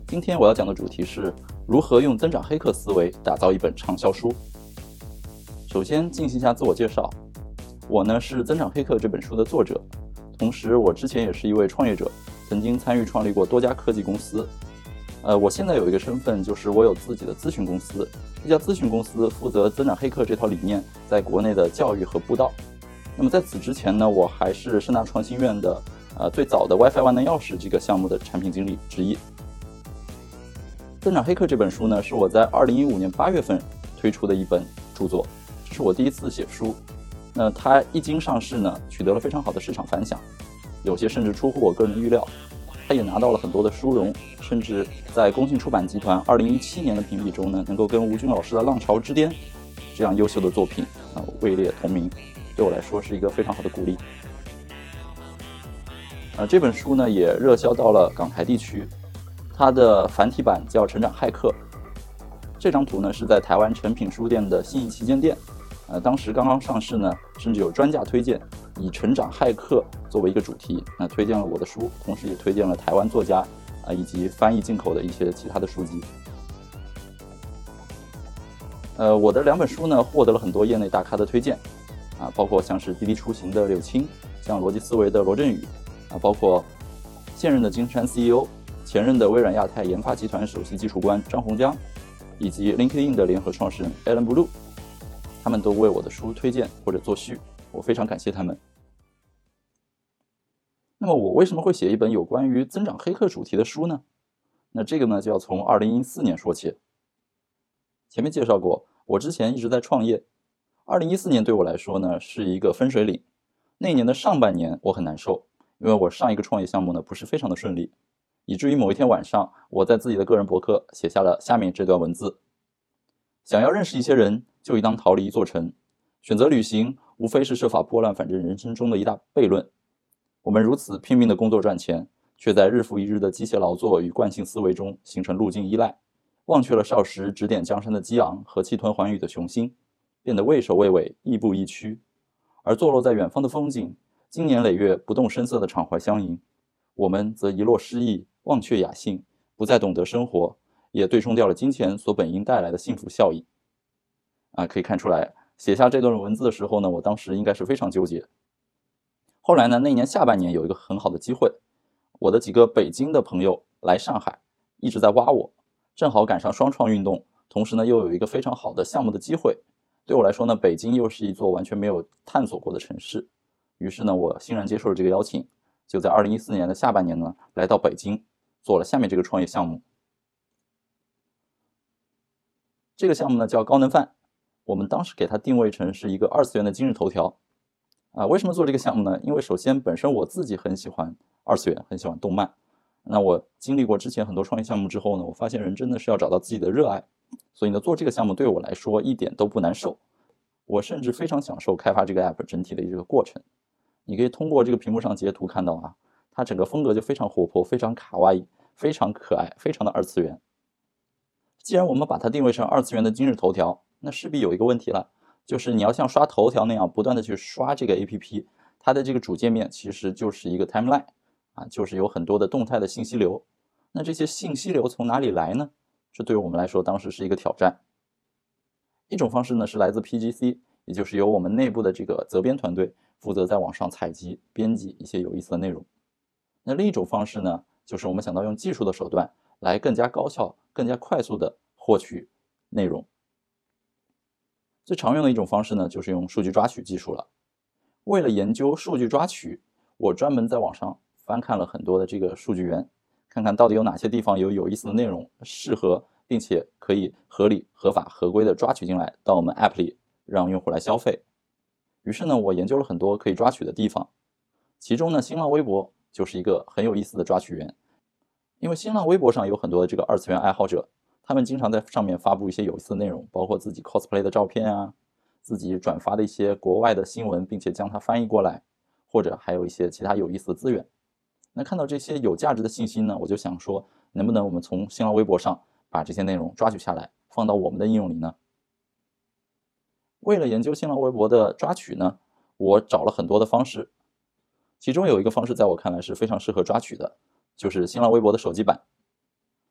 今天我要讲的主题是如何用增长黑客思维打造一本畅销书。首先进行一下自我介绍，我呢是《增长黑客》这本书的作者，同时我之前也是一位创业者，曾经参与创立过多家科技公司。我现在有一个身份，就是我有自己的咨询公司，这家咨询公司负责增长黑客这套理念在国内的教育和布道。那么在此之前呢，我还是盛大创新院的最早的 WiFi 万能钥匙这个项目的产品经理之一。增长黑客这本书呢，是我在2015年8月份推出的一本著作，这是我第一次写书。那它一经上市呢，取得了非常好的市场反响，有些甚至出乎我个人的预料。它也拿到了很多的殊荣，甚至在工信出版集团2017年的评比中呢，能够跟吴军老师的《浪潮之巅》这样优秀的作品位列同名，对我来说是一个非常好的鼓励。这本书呢也热销到了港台地区，它的繁体版叫《成长骇客》。这张图呢是在台湾诚品书店的信义旗舰店，当时刚刚上市呢，甚至有专家推荐以成长骇客作为一个主题，推荐了我的书，同时也推荐了台湾作家以及翻译进口的一些其他的书籍。我的2本书呢获得了很多业内大咖的推荐包括像是滴滴出行的柳青，像逻辑思维的罗振宇包括现任的金山 CEO， 前任的微软亚太研发集团首席技术官张洪江，以及 LinkedIn 的联合创始人 Alan Blue， 他们都为我的书推荐或者作序，我非常感谢他们。那么我为什么会写一本有关于增长黑客主题的书呢？那这个呢就要从2014年说起。前面介绍过，我之前一直在创业，2014年对我来说呢是一个分水岭。那年的上半年我很难受，因为我上一个创业项目呢不是非常的顺利，以至于某一天晚上，我在自己的个人博客写下了下面这段文字：想要认识一些人，就应当逃离一座城。选择旅行，无非是设法拨乱反正人生中的一大悖论。我们如此拼命的工作赚钱，却在日复一日的机械劳作与惯性思维中形成路径依赖，忘却了少时指点江山的激昂和气吞寰宇的雄心，变得畏首畏尾，亦步亦趋。而坐落在远方的风景，经年累月不动声色的敞怀相迎，我们则遗落诗意，忘却雅兴，不再懂得生活，也对冲掉了金钱所本应带来的幸福效益。可以看出来，写下这段文字的时候呢，我当时应该是非常纠结。后来呢，那年下半年有一个很好的机会，我的几个北京的朋友来上海，一直在挖我，正好赶上双创运动，同时呢又有一个非常好的项目的机会。对我来说呢，北京又是一座完全没有探索过的城市，于是呢，我欣然接受了这个邀请，就在2014年的下半年呢，来到北京，做了下面这个创业项目。这个项目呢叫高能饭，我们当时给它定位成是一个2次元的今日头条。为什么做这个项目呢？因为首先本身我自己很喜欢2次元，很喜欢动漫。那我经历过之前很多创业项目之后呢，我发现人真的是要找到自己的热爱，所以呢，做这个项目对我来说一点都不难受。我甚至非常享受开发这个 app 整体的一个过程。你可以通过这个屏幕上截图看到它整个风格就非常活泼，非常卡哇伊，非常可爱，非常的2次元。既然我们把它定位成2次元的今日头条，那势必有一个问题了，就是你要像刷头条那样不断的去刷这个 APP， 它的这个主界面其实就是一个 timeline， 就是有很多的动态的信息流。那这些信息流从哪里来呢？这对于我们来说当时是一个挑战。一种方式呢是来自 PGC， 也就是由我们内部的这个责编团队负责在网上采集、编辑一些有意思的内容。那另一种方式呢，就是我们想到用技术的手段来更加高效、更加快速的获取内容。最常用的一种方式呢，就是用数据抓取技术了。为了研究数据抓取，我专门在网上翻看了很多的这个数据源，看看到底有哪些地方有意思的内容适合并且可以合理、合法、合规的抓取进来到我们 app 里，让用户来消费。于是呢，我研究了很多可以抓取的地方，其中呢，新浪微博就是一个很有意思的抓取源。因为新浪微博上有很多的这个2次元爱好者，他们经常在上面发布一些有意思的内容，包括自己 cosplay 的照片自己转发的一些国外的新闻，并且将它翻译过来，或者还有一些其他有意思的资源。那看到这些有价值的信息呢，我就想说，能不能我们从新浪微博上把这些内容抓取下来，放到我们的应用里呢？为了研究新浪微博的抓取呢，我找了很多的方式，其中有一个方式在我看来是非常适合抓取的，就是新浪微博的手机版。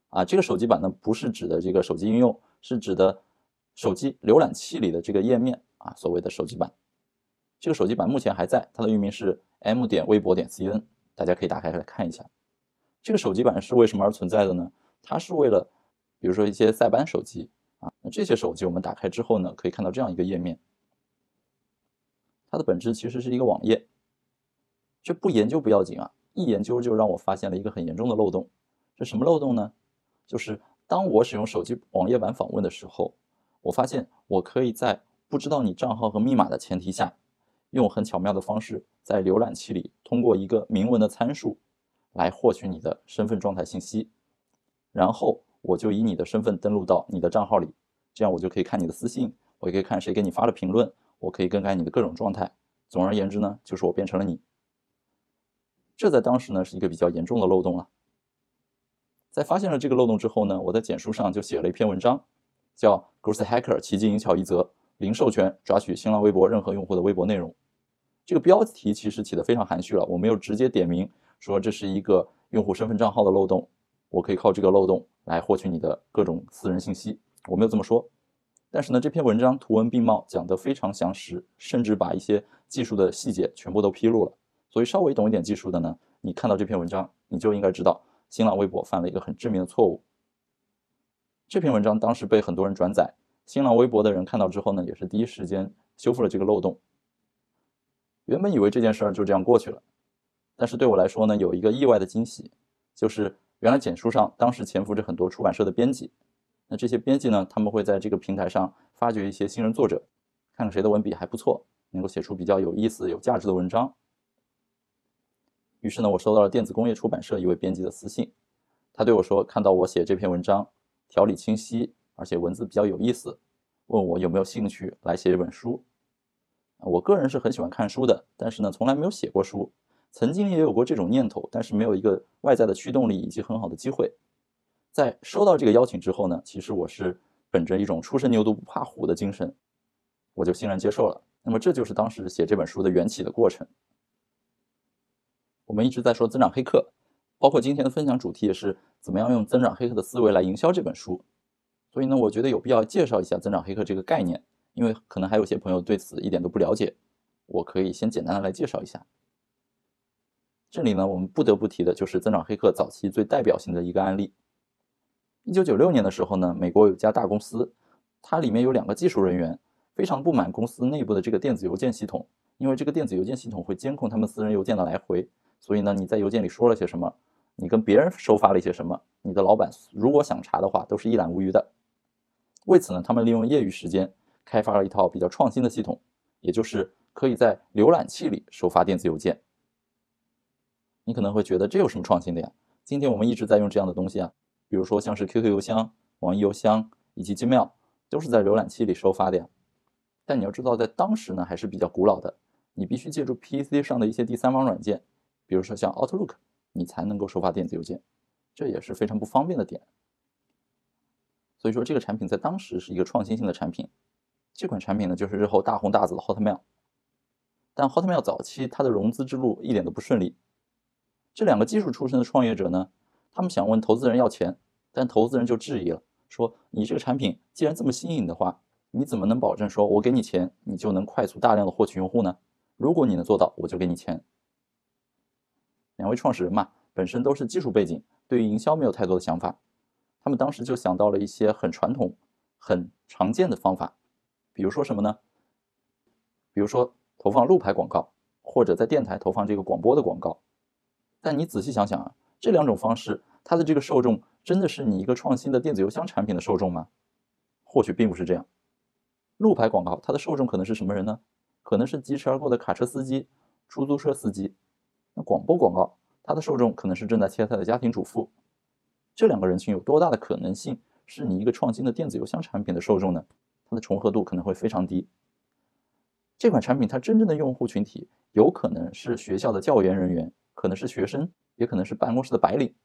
这个手机版呢不是指的这个手机应用，是指的手机浏览器里的这个页面所谓的手机版。这个手机版目前还在，它的域名是 m.weibo.cn， 大家可以打开来看一下。这个手机版是为什么而存在的呢？它是为了比如说一些塞班手机那这些手机我们打开之后呢，可以看到这样一个页面。它的本质其实是一个网页，这不研究不要紧一研究就让我发现了一个很严重的漏洞。这什么漏洞呢？就是当我使用手机网页版访问的时候，我发现我可以在不知道你账号和密码的前提下，用很巧妙的方式在浏览器里通过一个明文的参数来获取你的身份状态信息，然后我就以你的身份登录到你的账号里，这样我就可以看你的私信，我也可以看谁给你发了评论，我可以更改你的各种状态。总而言之呢，就是我变成了你。这在当时呢是一个比较严重的漏洞了。在发现了这个漏洞之后呢，我在简书上就写了一篇文章，叫 Growth Hacker 奇迹营巧一则，零授权抓取新浪微博任何用户的微博内容。这个标题其实起得非常含蓄了，我没有直接点名说这是一个用户身份账号的漏洞，我可以靠这个漏洞来获取你的各种私人信息，我没有这么说。但是呢，这篇文章图文并茂，讲得非常详实，甚至把一些技术的细节全部都披露了。所以稍微懂一点技术的呢，你看到这篇文章，你就应该知道新浪微博犯了一个很致命的错误。这篇文章当时被很多人转载，新浪微博的人看到之后呢，也是第一时间修复了这个漏洞。原本以为这件事儿就这样过去了，但是对我来说呢，有一个意外的惊喜，就是原来简书上当时潜伏着很多出版社的编辑。那这些编辑呢，他们会在这个平台上发掘一些新人作者，看看谁的文笔还不错，能够写出比较有意思、有价值的文章。于是呢，我收到了电子工业出版社一位编辑的私信，他对我说，看到我写这篇文章条理清晰，而且文字比较有意思，问我有没有兴趣来写这本书。我个人是很喜欢看书的，但是呢，从来没有写过书，曾经也有过这种念头，但是没有一个外在的驱动力以及很好的机会。在收到这个邀请之后呢，其实我是本着一种初生牛犊不怕虎的精神，我就欣然接受了。那么这就是当时写这本书的缘起的过程。我们一直在说增长黑客，包括今天的分享主题也是怎么样用增长黑客的思维来营销这本书。所以呢，我觉得有必要介绍一下增长黑客这个概念，因为可能还有些朋友对此一点都不了解，我可以先简单的来介绍一下。这里呢，我们不得不提的就是增长黑客早期最代表性的一个案例。1996年的时候呢，美国有一家大公司，它里面有2个技术人员非常不满公司内部的这个电子邮件系统，因为这个电子邮件系统会监控他们私人邮件的来回，所以呢，你在邮件里说了些什么，你跟别人收发了一些什么，你的老板如果想查的话，都是一览无余的。为此呢，他们利用业余时间开发了一套比较创新的系统，也就是可以在浏览器里收发电子邮件。你可能会觉得这有什么创新的呀？今天我们一直在用这样的东西比如说像是 QQ 邮箱、网易邮箱以及 Gmail 都是在浏览器里收发的呀。但你要知道，在当时呢还是比较古老的，你必须借助 PC 上的一些第三方软件，比如说像 Outlook， 你才能够收发电子邮件，这也是非常不方便的点。所以说这个产品在当时是一个创新性的产品。这款产品呢就是日后大红大紫的 Hotmail。但 Hotmail 早期它的融资之路一点都不顺利。这2个技术出身的创业者呢，他们想问投资人要钱，但投资人就质疑了，说你这个产品既然这么新颖的话，你怎么能保证说我给你钱，你就能快速大量的获取用户呢？如果你能做到，我就给你钱。2位创始人嘛，本身都是技术背景，对于营销没有太多的想法，他们当时就想到了一些很传统、很常见的方法，比如说什么呢？比如说投放路牌广告，或者在电台投放这个广播的广告。但你仔细想想这2种方式，它的这个受众真的是你一个创新的电子邮箱产品的受众吗？或许并不是这样。路牌广告它的受众可能是什么人呢？可能是疾驰而过的卡车司机、出租车司机。那广播广告它的受众可能是正在切菜的家庭主妇。这2个人群有多大的可能性是你一个创新的电子邮箱产品的受众呢？它的重合度可能会非常低。这款产品它真正的用户群体有可能是学校的教研人员，可能是学生，也可能是办公室的白领。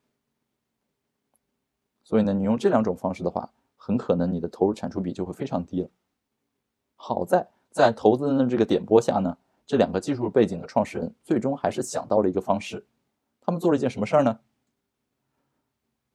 所以呢，你用这2种方式的话，很可能你的投入产出比就会非常低了。好在投资人的这个点拨下呢，这2个技术背景的创始人最终还是想到了一个方式。他们做了一件什么事儿呢？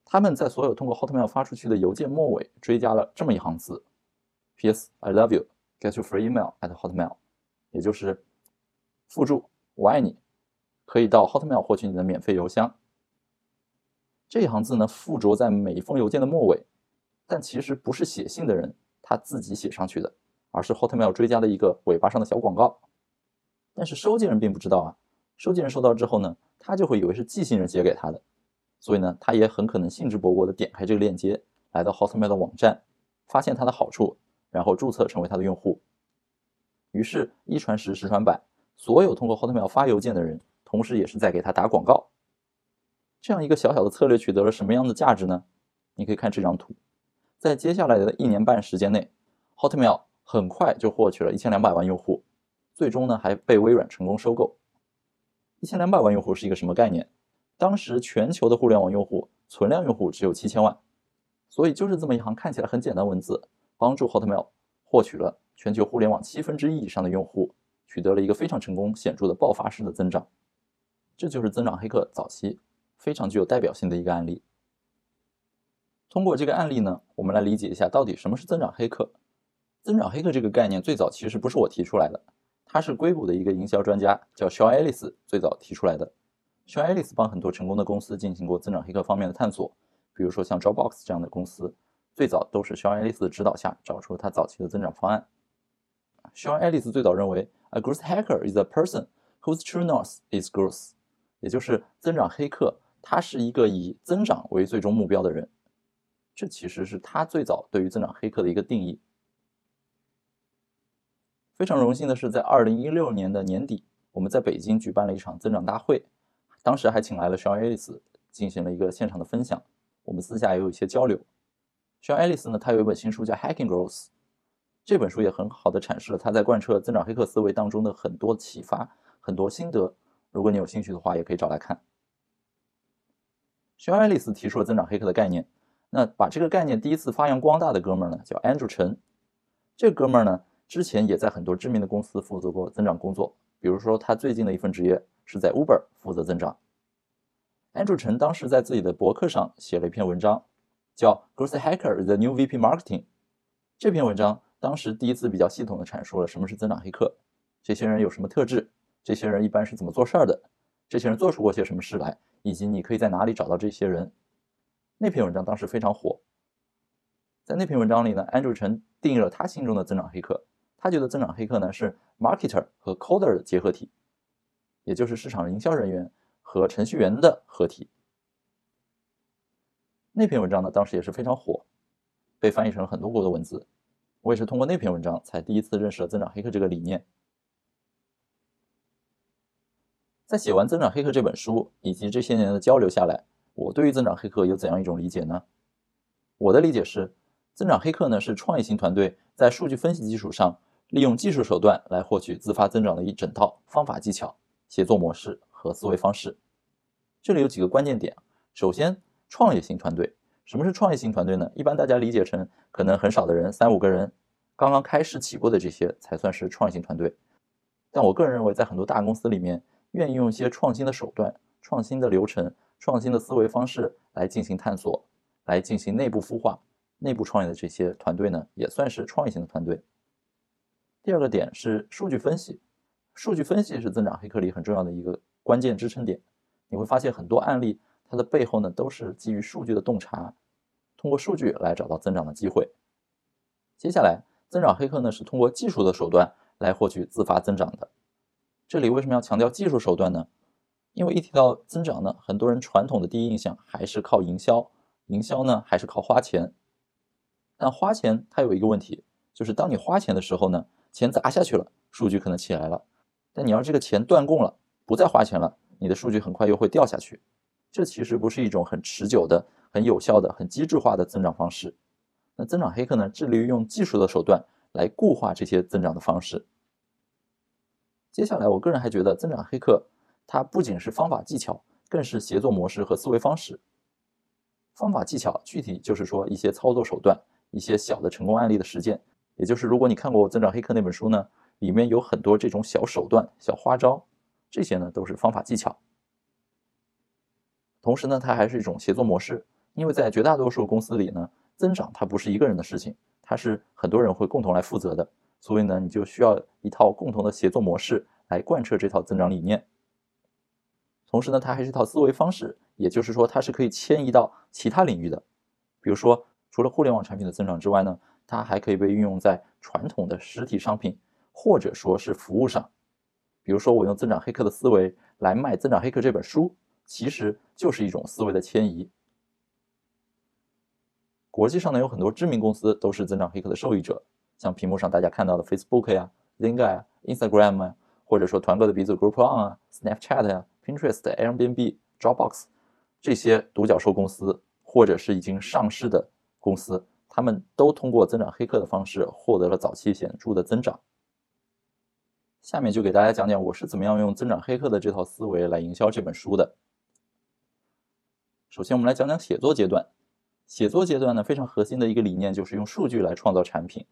他们在所有通过 Hotmail 发出去的邮件末尾追加了这么一行字 ：P.S. I love you. Get your free email at Hotmail。也就是附注我爱你，可以到 Hotmail 获取你的免费邮箱。这一行字呢，附着在每一封邮件的末尾，但其实不是写信的人他自己写上去的，而是 Hotmail 追加的一个尾巴上的小广告。但是收件人并不知道啊，收件人收到之后呢，他就会以为是寄信人写给他的，所以呢，他也很可能兴致勃勃地点开这个链接，来到 Hotmail 的网站，发现它的好处，然后注册成为他的用户。于是，一传十，十传百，所有通过 Hotmail 发邮件的人，同时也是在给他打广告。这样一个小小的策略取得了什么样的价值呢？你可以看这张图，在接下来的1年半时间内 ，Hotmail 很快就获取了1200万用户，最终呢还被微软成功收购。1200万用户是一个什么概念？当时全球的互联网用户存量用户只有7000万，所以就是这么一行看起来很简单文字，帮助 Hotmail 获取了全球互联网1/7以上的用户，取得了一个非常成功显著的爆发式的增长。这就是增长黑客早期非常具有代表性的一个案例。通过这个案例呢，我们来理解一下到底什么是增长黑客。增长黑客这个概念最早其实不是我提出来的，它是硅谷的一个营销专家叫 Sean Ellis 最早提出来的。Sean Ellis 帮很多成功的公司进行过增长黑客方面的探索，比如说像 Dropbox 这样的公司，最早都是 Sean Ellis 的指导下找出了他早期的增长方案。Sean Ellis 最早认为 A growth hacker is a person whose true north is growth， 也就是增长黑客他是一个以增长为最终目标的人。这其实是他最早对于增长黑客的一个定义。非常荣幸的是，在2016年的年底，我们在北京举办了一场增长大会，当时还请来了 Sean Ellis 进行了一个现场的分享，我们私下也有一些交流。Sean Ellis 呢，他有一本新书叫 Hacking Growth， 这本书也很好的阐释了他在贯彻增长黑客思维当中的很多启发、很多心得，如果你有兴趣的话，也可以找来看。Sean Ellis 提出了增长黑客的概念，那把这个概念第一次发扬光大的哥们儿呢，叫 Andrew Chen。这个哥们儿呢，之前也在很多知名的公司负责过增长工作，比如说他最近的一份职业是在 Uber 负责增长。Andrew Chen 当时在自己的博客上写了一篇文章，叫 Growth Hacker is the New VP Marketing。这篇文章当时第一次比较系统的阐述了什么是增长黑客，这些人有什么特质，这些人一般是怎么做事儿的，这些人做出过些什么事来，以及你可以在哪里找到这些人。那篇文章当时非常火。在那篇文章里呢， Andrew Chen 定义了他心中的增长黑客。他觉得增长黑客呢是 marketer 和 coder 的结合体，也就是市场营销人员和程序员的合体。那篇文章呢当时也是非常火，被翻译成了很多国的文字。我也是通过那篇文章才第一次认识了增长黑客这个理念。在写完《增长黑客》这本书以及这些年的交流下来，我对于增长黑客有怎样一种理解呢？我的理解是，增长黑客呢是创意型团队在数据分析基础上，利用技术手段来获取自发增长的一整套方法技巧、协作模式和思维方式。这里有几个关键点。首先，创业型团队。什么是创业型团队呢？一般大家理解成可能很少的人，3、5个人，刚刚开始起步的这些才算是创业型团队。但我个人认为，在很多大公司里面，愿意用一些创新的手段、创新的流程、创新的思维方式来进行探索，来进行内部孵化、内部创业的这些团队呢，也算是创业型的团队。第二个点是数据分析。数据分析是增长黑客里很重要的一个关键支撑点。你会发现很多案例，它的背后呢都是基于数据的洞察，通过数据来找到增长的机会。接下来，增长黑客呢是通过技术的手段来获取自发增长的。这里为什么要强调技术手段呢？因为一提到增长呢，很多人传统的第一印象还是靠营销，营销呢还是靠花钱。但花钱它有一个问题，就是当你花钱的时候呢，钱砸下去了，数据可能起来了，但你要这个钱断供了，不再花钱了，你的数据很快又会掉下去。这其实不是一种很持久的、很有效的、很机制化的增长方式。那增长黑客呢，致力于用技术的手段来固化这些增长的方式。接下来，我个人还觉得增长黑客它不仅是方法技巧，更是协作模式和思维方式。方法技巧具体就是说一些操作手段，一些小的成功案例的实践。也就是如果你看过《增长黑客》那本书呢，里面有很多这种小手段、小花招，这些呢都是方法技巧。同时呢，它还是一种协作模式， 因为在绝大多数公司里呢，增长它不是一个人的事情，它是很多人会共同来负责的，所以呢，你就需要一套共同的协作模式来贯彻这套增长理念。同时呢，它还是一套思维方式，也就是说，它是可以迁移到其他领域的。比如说，除了互联网产品的增长之外呢，它还可以被运用在传统的实体商品或者说是服务上。比如说，我用增长黑客的思维来卖《增长黑客》这本书，其实就是一种思维的迁移。国际上呢，有很多知名公司都是增长黑客的受益者，像屏幕上大家看到的 Facebook 呀、Zynga 呀、Instagram 呀，或者说团购的鼻祖 Groupon 啊、Snapchat 呀、Pinterest、Airbnb、Dropbox 这些独角兽公司，或者是已经上市的公司，他们都通过增长黑客的方式获得了早期显著的增长。下面就给大家讲讲我是怎么样用增长黑客的这套思维来营销这本书的。首先我们来讲讲写作阶段。写作阶段呢，非常核心的一个理念就是用数据来创造产品。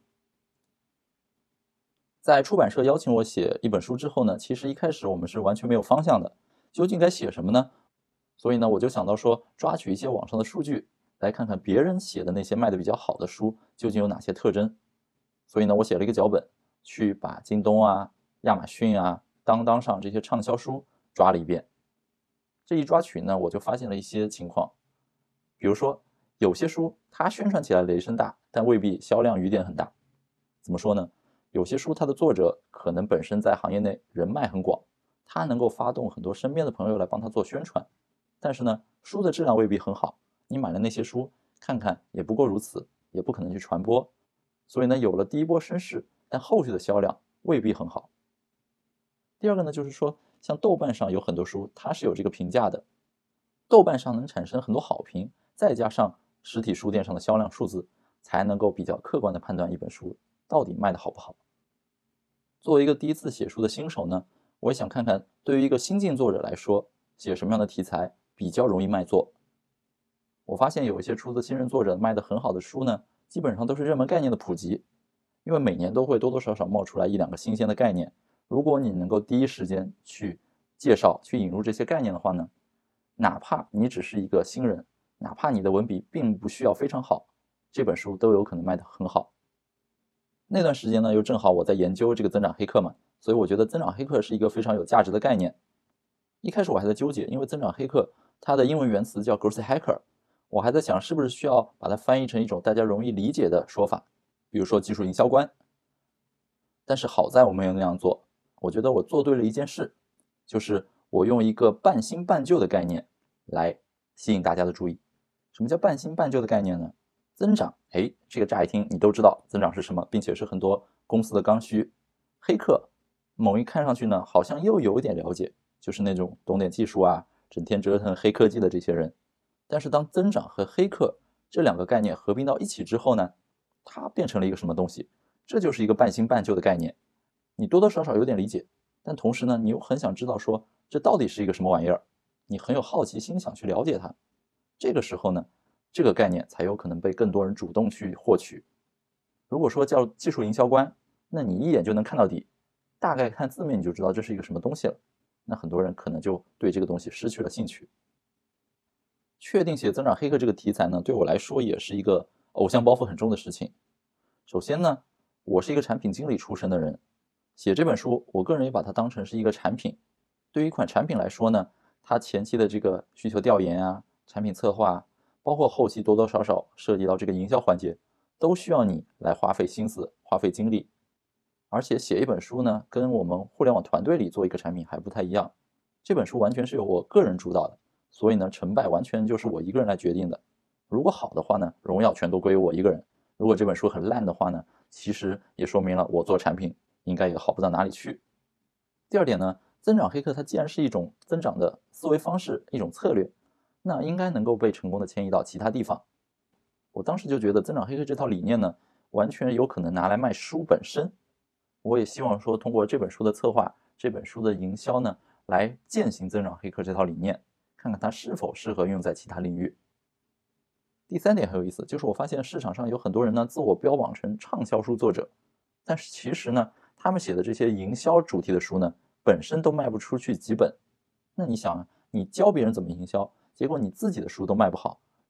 在出版社邀请我写一本书之后呢，其实一开始我们是完全没有方向的，究竟该写什么呢？所以呢，我就想到说，抓取一些网上的数据，来看看别人写的那些卖的比较好的书究竟有哪些特征。所以呢，我写了一个脚本，去把京东啊、亚马逊啊、当当上这些畅销书抓了一遍。这一抓取呢，我就发现了一些情况，比如说有些书它宣传起来雷声大，但未必销量雨点很大。怎么说呢？有些书它的作者可能本身在行业内人脉很广，他能够发动很多身边的朋友来帮他做宣传，但是呢，书的质量未必很好，你买了那些书看看也不过如此，也不可能去传播。所以呢，有了第一波声势，但后续的销量未必很好。第二个呢，就是说像豆瓣上有很多书它是有这个评价的，豆瓣上能产生很多好评，再加上实体书店上的销量数字，才能够比较客观的判断一本书到底卖的好不好。作为一个第一次写书的新手呢，我也想看看对于一个新晋作者来说，写什么样的题材比较容易卖座。我发现有一些出自新人作者卖的很好的书呢，基本上都是热门概念的普及，因为每年都会多多少少冒出来一两个新鲜的概念，如果你能够第一时间去介绍、去引入这些概念的话呢，哪怕你只是一个新人，哪怕你的文笔并不需要非常好，这本书都有可能卖得很好。那段时间呢，又正好我在研究这个增长黑客嘛，所以我觉得增长黑客是一个非常有价值的概念。一开始我还在纠结，因为增长黑客它的英文原词叫 growth hacker， 我还在想是不是需要把它翻译成一种大家容易理解的说法，比如说技术营销官。但是好在我没有那样做，我觉得我做对了一件事，就是我用一个半新半旧的概念来吸引大家的注意。什么叫半新半旧的概念呢？增长，这个乍一听你都知道增长是什么，并且是很多公司的刚需。黑客，某一看上去呢，好像又有一点了解，就是那种懂点技术啊，整天折腾黑科技的这些人。但是当增长和黑客这两个概念合并到一起之后呢，它变成了一个什么东西？这就是一个半新半旧的概念。你多多少少有点理解，但同时呢，你又很想知道说这到底是一个什么玩意儿，你很有好奇心想去了解它。这个时候呢，这个概念才有可能被更多人主动去获取。如果说叫技术营销官，那你一眼就能看到底，大概看字面你就知道这是一个什么东西了，那很多人可能就对这个东西失去了兴趣。确定写增长黑客这个题材呢，对我来说也是一个偶像包袱很重的事情。首先呢，我是一个产品经理出身的人，写这本书，我个人也把它当成是一个产品。对于一款产品来说呢，它前期的这个需求调研啊、产品策划，包括后期多多少少涉及到这个营销环节，都需要你来花费心思、花费精力。而且写一本书呢，跟我们互联网团队里做一个产品还不太一样。这本书完全是由我个人主导的，所以呢，成败完全就是我一个人来决定的。如果好的话呢，荣耀全都归于我一个人；如果这本书很烂的话呢，其实也说明了我做产品应该也好不到哪里去。第二点呢，增长黑客它既然是一种增长的思维方式，一种策略，那应该能够被成功的迁移到其他地方。我当时就觉得增长黑客这套理念呢，完全有可能拿来卖书本身。我也希望说通过这本书的策划、这本书的营销呢，来践行增长黑客这套理念，看看它是否适合用在其他领域。第三点很有意思，就是我发现市场上有很多人呢，自我标榜成畅销书作者，但是其实呢，他们写的这些营销主题的书呢，本身都卖不出去几本。那你想啊，你教别人怎么营销，结果你自己的书都卖不好，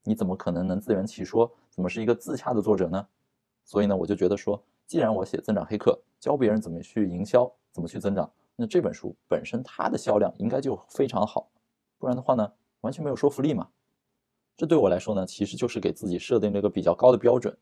你怎么可能自圆其说，怎么是一个自洽的作者呢？所以呢，我就觉得说，既然我写增长黑客，教别人怎么去营销，怎么去增长，那这本书本身它的销量应该就非常好，不然的话呢，完全没有说服力嘛。这对我来说呢，其实就是给自己设定了一个比较高的标准。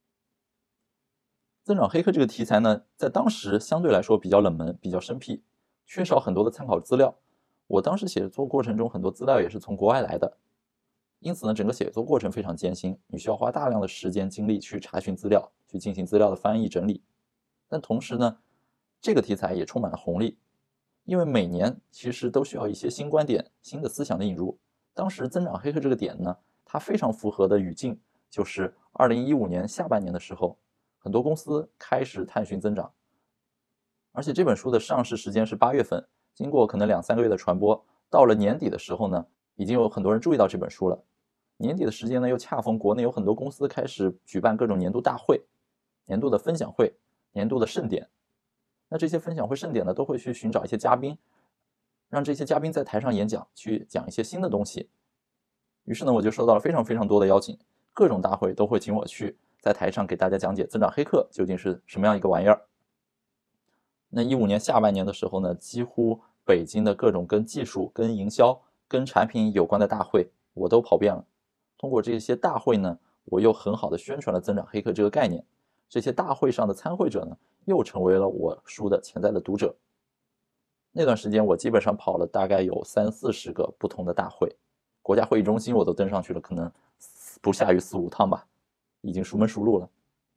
增长黑客这个题材呢，在当时相对来说比较冷门，比较生僻，缺少很多的参考资料。我当时写作过程中很多资料也是从国外来的，因此呢，整个写作过程非常艰辛，你需要花大量的时间精力去查询资料，去进行资料的翻译整理。但同时呢，这个题材也充满了红利，因为每年其实都需要一些新观点、新的思想的引入。当时增长黑客这个点呢，它非常符合的语境就是2015年下半年的时候，很多公司开始探寻增长，而且这本书的上市时间是8月份，经过可能2-3个月的传播，到了年底的时候呢，已经有很多人注意到这本书了。年底的时间呢，又恰逢国内有很多公司开始举办各种年度大会、年度的分享会、年度的盛典。那这些分享会、盛典呢，都会去寻找一些嘉宾，让这些嘉宾在台上演讲，去讲一些新的东西。于是呢，我就收到了非常非常多的邀请，各种大会都会请我去，在台上给大家讲解增长黑客究竟是什么样一个玩意儿。那15年下半年的时候呢，几乎北京的各种跟技术、跟营销、跟产品有关的大会，我都跑遍了。通过这些大会呢，我又很好的宣传了增长黑客这个概念。这些大会上的参会者呢，又成为了我书的潜在的读者。那段时间我基本上跑了大概有30-40个不同的大会，国家会议中心我都登上去了，可能不下于4-5趟吧，已经熟门熟路了。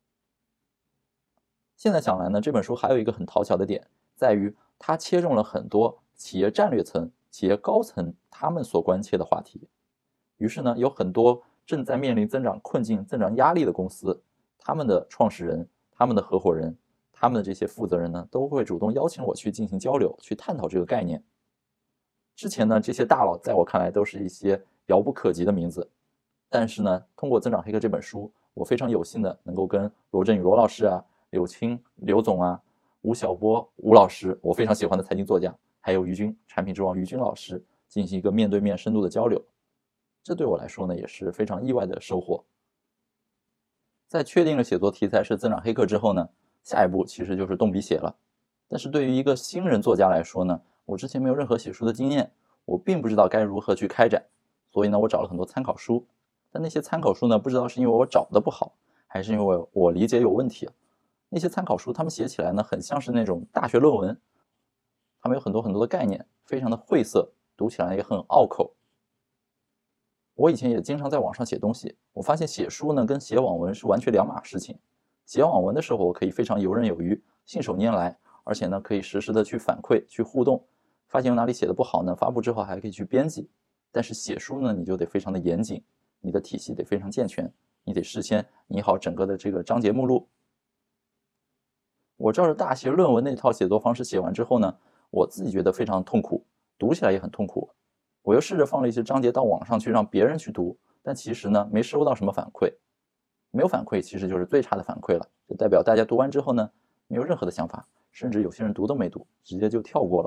现在想来呢，这本书还有一个很讨巧的点，在于它切中了很多企业战略层、企业高层他们所关切的话题。于是呢，有很多正在面临增长困境、增长压力的公司，他们的创始人、他们的合伙人、他们的这些负责人呢，都会主动邀请我去进行交流，去探讨这个概念。之前呢，这些大佬在我看来都是一些遥不可及的名字，但是呢，通过《增长黑客》这本书，我非常有幸的能够跟罗振宇罗老师啊、柳青刘总啊、吴晓波吴老师，我非常喜欢的财经作家，还有于军产品之王于军老师进行一个面对面深度的交流。这对我来说呢，也是非常意外的收获。在确定了写作题材是增长黑客之后呢，下一步其实就是动笔写了。但是对于一个新人作家来说呢，我之前没有任何写书的经验，我并不知道该如何去开展，所以呢，我找了很多参考书。但那些参考书呢，不知道是因为我找的不好，还是因为我理解有问题。那些参考书他们写起来呢，很像是那种大学论文，他们有很多很多的概念，非常的晦涩，读起来也很拗口。我以前也经常在网上写东西，我发现写书呢跟写网文是完全两码事情。写网文的时候，我可以非常游刃有余，信手拈来，而且呢可以实时的去反馈、去互动，发现有哪里写的不好呢，发布之后还可以去编辑。但是写书呢，你就得非常的严谨，你的体系得非常健全，你得事先拟好整个的这个章节目录。我照着大学论文那套写作方式写完之后呢，我自己觉得非常痛苦，读起来也很痛苦。我又试着放了一些章节到网上去让别人去读，但其实呢没收到什么反馈。没有反馈其实就是最差的反馈了，就代表大家读完之后呢没有任何的想法，甚至有些人读都没读，直接就跳过了。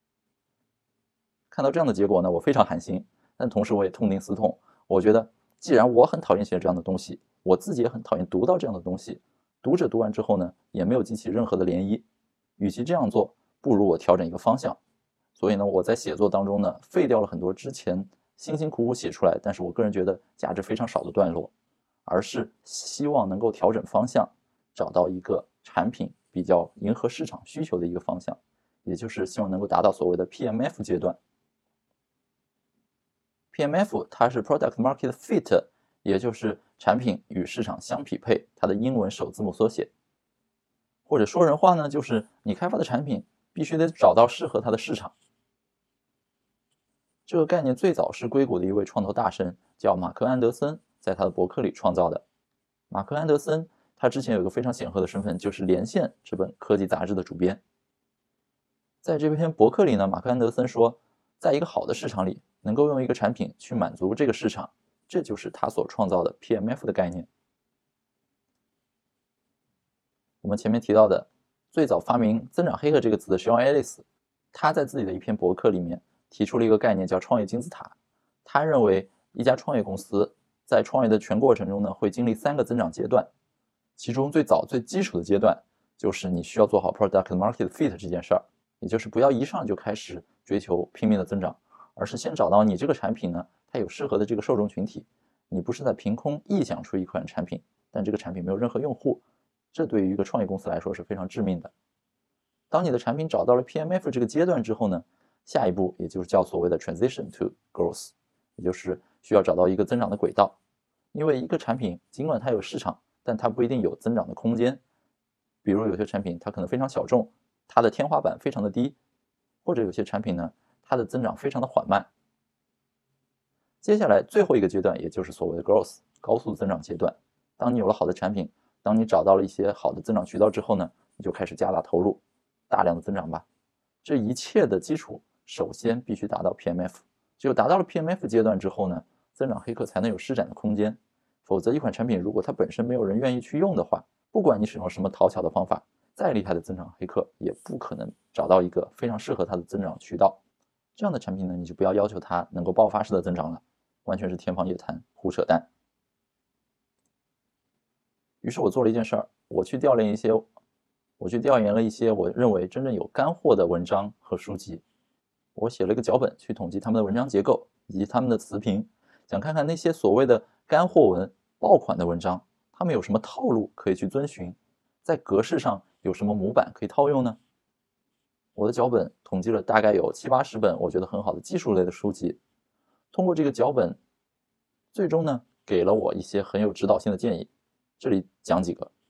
看到这样的结果呢，我非常寒心，但同时我也痛定思痛。我觉得既然我很讨厌写这样的东西，我自己也很讨厌读到这样的东西，读者读完之后呢也没有激起任何的涟漪，与其这样做，不如我调整一个方向。所以呢，我在写作当中呢，废掉了很多之前辛辛苦苦写出来，但是我个人觉得价值非常少的段落，而是希望能够调整方向，找到一个产品比较迎合市场需求的一个方向，也就是希望能够达到所谓的 PMF 阶段。PMF 它是 Product Market Fit， 也就是产品与市场相匹配，它的英文首字母缩写。或者说人话呢，就是你开发的产品必须得找到适合它的市场。这个概念最早是硅谷的一位创投大神叫马克·安德森在他的博客里创造的。马克·安德森他之前有个非常显赫的身份，就是《连线》这本科技杂志的主编。在这篇博客里呢，马克·安德森说，在一个好的市场里，能够用一个产品去满足这个市场，这就是他所创造的 PMF 的概念。我们前面提到的最早发明增长黑客这个词的 Sean Ellis， 他在自己的一篇博客里面提出了一个概念叫创业金字塔。他认为一家创业公司在创业的全过程中呢，会经历3个增长阶段，其中最早最基础的阶段就是你需要做好 product market fit 这件事儿，也就是不要一上就开始追求拼命的增长，而是先找到你这个产品呢，它有适合的这个受众群体，你不是在凭空臆想出一款产品，但这个产品没有任何用户，这对于一个创业公司来说是非常致命的。当你的产品找到了 PMF 这个阶段之后呢，下一步也就是叫所谓的 transition to growth， 也就是需要找到一个增长的轨道。因为一个产品尽管它有市场，但它不一定有增长的空间。比如有些产品它可能非常小众，它的天花板非常的低，或者有些产品呢，它的增长非常的缓慢。接下来最后一个阶段，也就是所谓的 growth 高速增长阶段。当你有了好的产品，当你找到了一些好的增长渠道之后呢，你就开始加大投入，大量的增长吧。这一切的基础首先必须达到 PMF， 只有达到了 PMF 阶段之后呢，增长黑客才能有施展的空间。否则一款产品如果它本身没有人愿意去用的话，不管你使用什么讨巧的方法，再厉害的增长黑客也不可能找到一个非常适合它的增长渠道。这样的产品呢，你就不要要求它能够爆发式的增长了，完全是天方夜谭，胡扯淡。于是我做了一件事儿，我去调研了一些我认为真正有干货的文章和书籍，我写了一个脚本去统计他们的文章结构以及他们的词频，想看看那些所谓的干货文、爆款的文章，他们有什么套路可以去遵循，在格式上有什么模板可以套用呢？我的脚本统计了大概有70-80本我觉得很好的技术类的书籍，通过这个脚本，最终呢给了我一些很有指导性的建议，这里讲几个。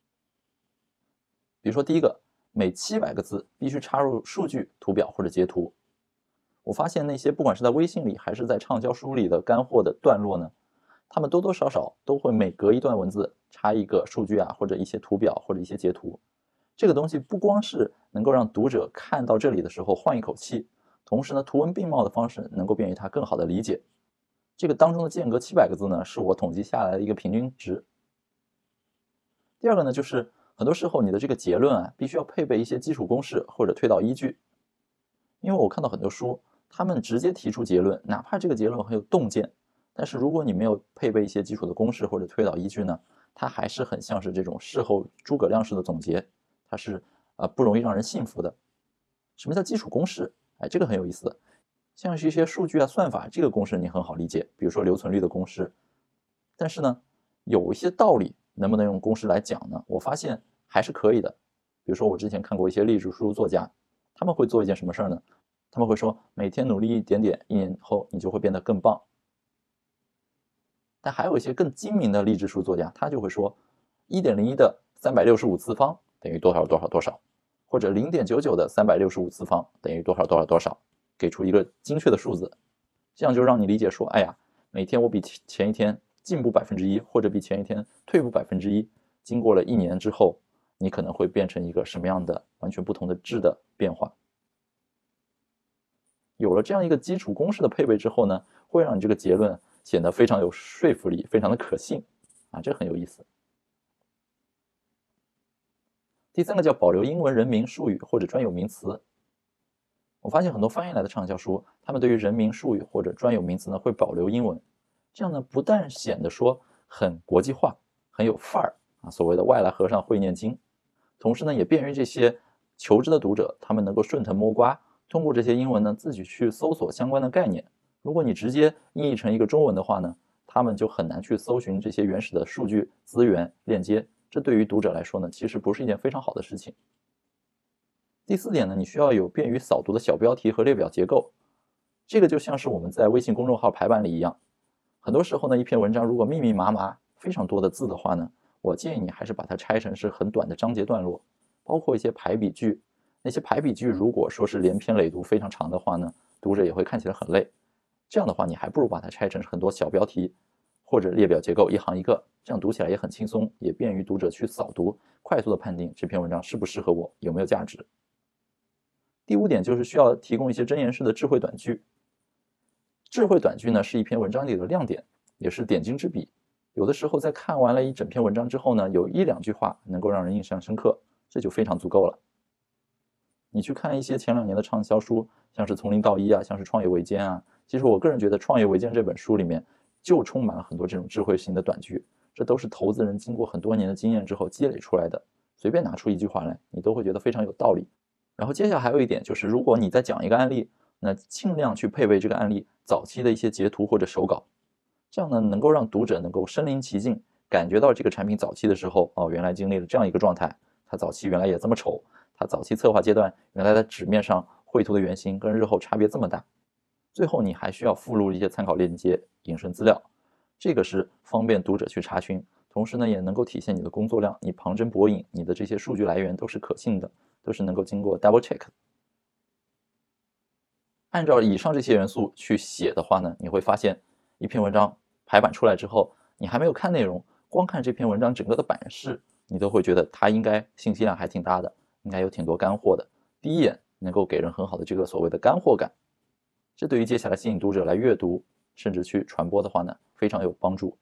比如说第一个，每700个字必须插入数据、图表或者截图。我发现那些不管是在微信里还是在畅销书里的干货的段落呢，他们多多少少都会每隔一段文字插一个数据啊，或者一些图表或者一些截图。这个东西不光是能够让读者看到这里的时候换一口气，同时呢，图文并茂的方式能够便于他更好的理解。这个当中的间隔700个字呢，是我统计下来的一个平均值。第二个呢，就是很多时候你的这个结论啊，必须要配备一些基础公式或者推导依据。因为我看到很多书，他们直接提出结论，哪怕这个结论很有洞见，但是如果你没有配备一些基础的公式或者推导依据呢，它还是很像是这种事后诸葛亮式的总结，它是不容易让人信服的。什么叫基础公式？这个很有意思。像是一些数据啊、算法，这个公式你很好理解，比如说留存率的公式。但是呢，有一些道理能不能用公式来讲呢？我发现还是可以的。比如说我之前看过一些励志书作家，他们会做一件什么事儿呢？他们会说每天努力一点点，1年后你就会变得更棒。但还有一些更精明的励志书作家，他就会说 1.01 的365次方等于多少多少多少，或者0.99的365次方等于多少多少多少，给出一个精确的数字，这样就让你理解说，哎呀，每天我比前一天进步1%，或者比前一天退步1%，经过了1年之后，你可能会变成一个什么样的完全不同的质的变化。有了这样一个基础公式的配备之后呢，会让你这个结论显得非常有说服力，非常的可信这很有意思。第三个叫保留英文人名、术语或者专有名词。我发现很多翻译来的畅销书，他们对于人名、术语或者专有名词呢会保留英文，这样呢不但显得说很国际化，很有范儿所谓的外来和尚会念经，同时呢也便于这些求知的读者，他们能够顺藤摸瓜，通过这些英文呢自己去搜索相关的概念。如果你直接译成一个中文的话呢，他们就很难去搜寻这些原始的数据、资源、链接，这对于读者来说呢，其实不是一件非常好的事情。第4点呢，你需要有便于扫读的小标题和列表结构。这个就像是我们在微信公众号排版里一样，很多时候呢，一篇文章如果密密麻麻非常多的字的话呢，我建议你还是把它拆成是很短的章节段落，包括一些排比句。那些排比句如果说是连篇累读非常长的话呢，读者也会看起来很累。这样的话，你还不如把它拆成很多小标题或者列表结构，一行一个，这样读起来也很轻松，也便于读者去扫读，快速的判定这篇文章适不适合我，有没有价值。第5点就是需要提供一些箴言式的智慧短句。智慧短句呢是一篇文章里的亮点，也是点睛之笔。有的时候在看完了一整篇文章之后呢，有1-2句话能够让人印象深刻，这就非常足够了。你去看一些前2年的畅销书，像是从零到一像是创业维艰其实我个人觉得创业维艰这本书里面就充满了很多这种智慧型的短句，这都是投资人经过很多年的经验之后积累出来的，随便拿出一句话来，你都会觉得非常有道理。然后接下来还有一点就是，如果你在讲一个案例，那尽量去配备这个案例早期的一些截图或者手稿，这样呢能够让读者能够身临其境，感觉到这个产品早期的时候，原来经历了这样一个状态，它早期原来也这么丑，它早期策划阶段原来在纸面上绘图的原型跟日后差别这么大。最后你还需要附录一些参考链接、引申资料，这个是方便读者去查询，同时呢也能够体现你的工作量，你旁征博引，你的这些数据来源都是可信的，都是能够经过 double check 的。按照以上这些元素去写的话呢，你会发现一篇文章排版出来之后，你还没有看内容，光看这篇文章整个的版式，你都会觉得它应该信息量还挺大的，应该有挺多干货的，第一眼能够给人很好的这个所谓的干货感，这对于接下来吸引读者来阅读甚至去传播的话呢，非常有帮助。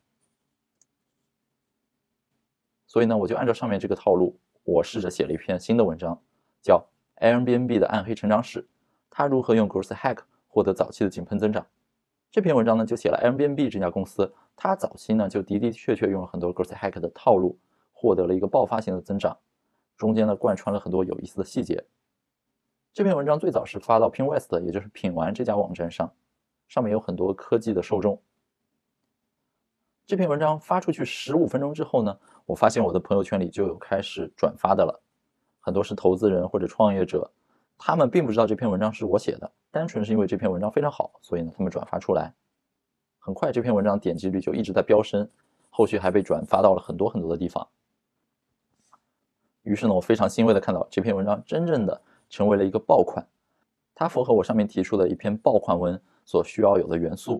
所以呢，我就按照上面这个套路，我试着写了一篇新的文章，叫 Airbnb 的暗黑成长史，它如何用 Growth Hack 获得早期的井喷增长。这篇文章呢就写了 Airbnb 这家公司，它早期呢就的的确确用了很多 Growth Hack 的套路，获得了一个爆发性的增长，中间呢贯穿了很多有意思的细节。这篇文章最早是发到 Pinterest， 也就是品玩这家网站上，上面有很多科技的受众。这篇文章发出去15分钟之后呢，我发现我的朋友圈里就有开始转发的了，很多是投资人或者创业者，他们并不知道这篇文章是我写的，单纯是因为这篇文章非常好，所以呢他们转发出来。很快这篇文章点击率就一直在飙升，后续还被转发到了很多很多的地方。于是呢，我非常欣慰的看到这篇文章真正的成为了一个爆款，它符合我上面提出的一篇爆款文所需要有的元素。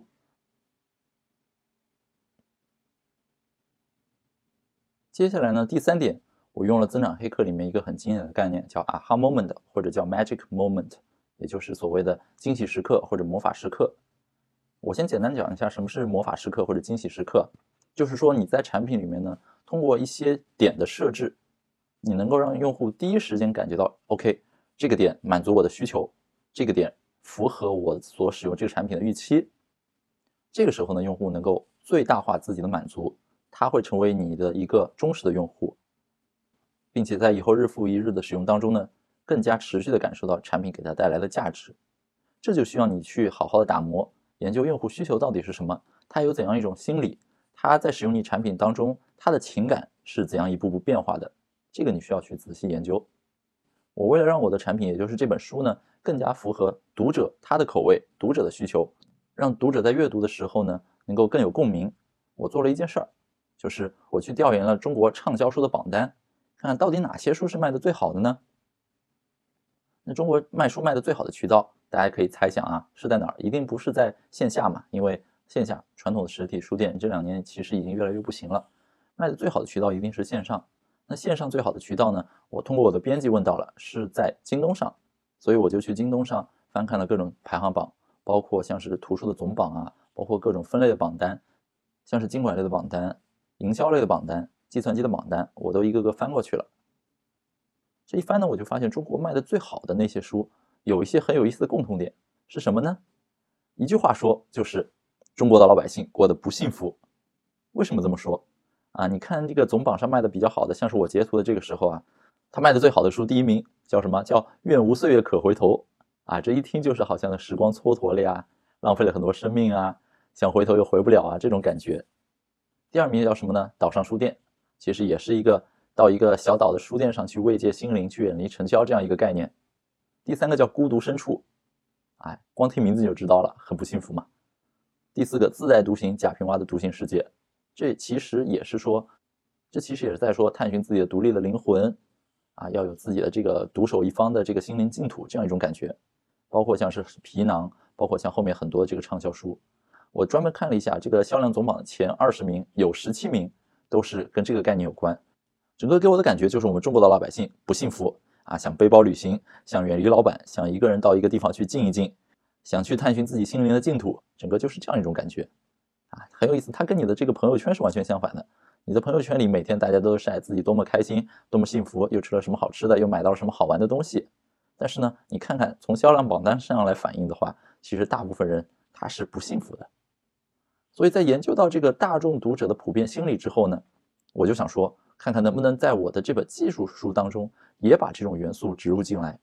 接下来呢，第3点，我用了增长黑客里面一个很经典的概念，叫 aha moment 或者叫 magic moment， 也就是所谓的惊喜时刻或者魔法时刻。我先简单讲一下什么是魔法时刻或者惊喜时刻，就是说你在产品里面呢，通过一些点的设置，你能够让用户第一时间感觉到 OK， 这个点满足我的需求，这个点符合我所使用这个产品的预期。这个时候呢，用户能够最大化自己的满足，他会成为你的一个忠实的用户，并且在以后日复一日的使用当中呢，更加持续的感受到产品给他带来的价值。这就需要你去好好的打磨，研究用户需求到底是什么，他有怎样一种心理，他在使用你产品当中，他的情感是怎样一步步变化的，这个你需要去仔细研究。我为了让我的产品，也就是这本书呢，更加符合读者他的口味，读者的需求，让读者在阅读的时候呢，能够更有共鸣，我做了一件事儿，就是我去调研了中国畅销书的榜单，看看到底哪些书是卖的最好的呢？那中国卖书卖的最好的渠道，大家可以猜想啊，是在哪儿？一定不是在线下嘛，因为线下传统的实体书店这2年其实已经越来越不行了，卖的最好的渠道一定是线上。那线上最好的渠道呢，我通过我的编辑问到了，是在京东上，所以我就去京东上翻看了各种排行榜，包括像是图书的总榜啊，包括各种分类的榜单，像是经管类的榜单、营销类的榜单、计算机的榜单，我都一个个翻过去了。这一翻呢，我就发现中国卖的最好的那些书，有一些很有意思的共同点，是什么呢？一句话说，就是中国的老百姓过得不幸福。为什么这么说？你看这个总榜上卖的比较好的，像是我截图的这个时候啊，他卖的最好的书第1名叫什么？叫愿无岁月可回头这一听就是好像时光蹉跎了呀，浪费了很多生命啊，想回头又回不了啊，这种感觉。第2名叫什么呢？岛上书店，其实也是一个到一个小岛的书店上去慰藉心灵，去远离尘嚣这样一个概念。第3个叫孤独深处，光听名字就知道了，很不幸福嘛。第4个自在独行，贾平凹的独行世界，这其实也是在说探寻自己的独立的灵魂要有自己的这个独守一方的这个心灵净土这样一种感觉。包括像是皮囊，包括像后面很多这个畅销书，我专门看了一下这个销量总榜的前20名，有17名都是跟这个概念有关。整个给我的感觉就是我们中国的老百姓不幸福想背包旅行，想远离老板，想一个人到一个地方去静一静，想去探寻自己心灵的净土，整个就是这样一种感觉很有意思。它跟你的这个朋友圈是完全相反的，你的朋友圈里每天大家都晒自己多么开心，多么幸福，又吃了什么好吃的，又买到了什么好玩的东西。但是呢，你看看从销量榜单上来反映的话，其实大部分人他是不幸福的。 所以在研究到这个大众读者的普遍心理之后呢，我就想说，看看能不能在我的这本技术书当中也把这种元素植入进来。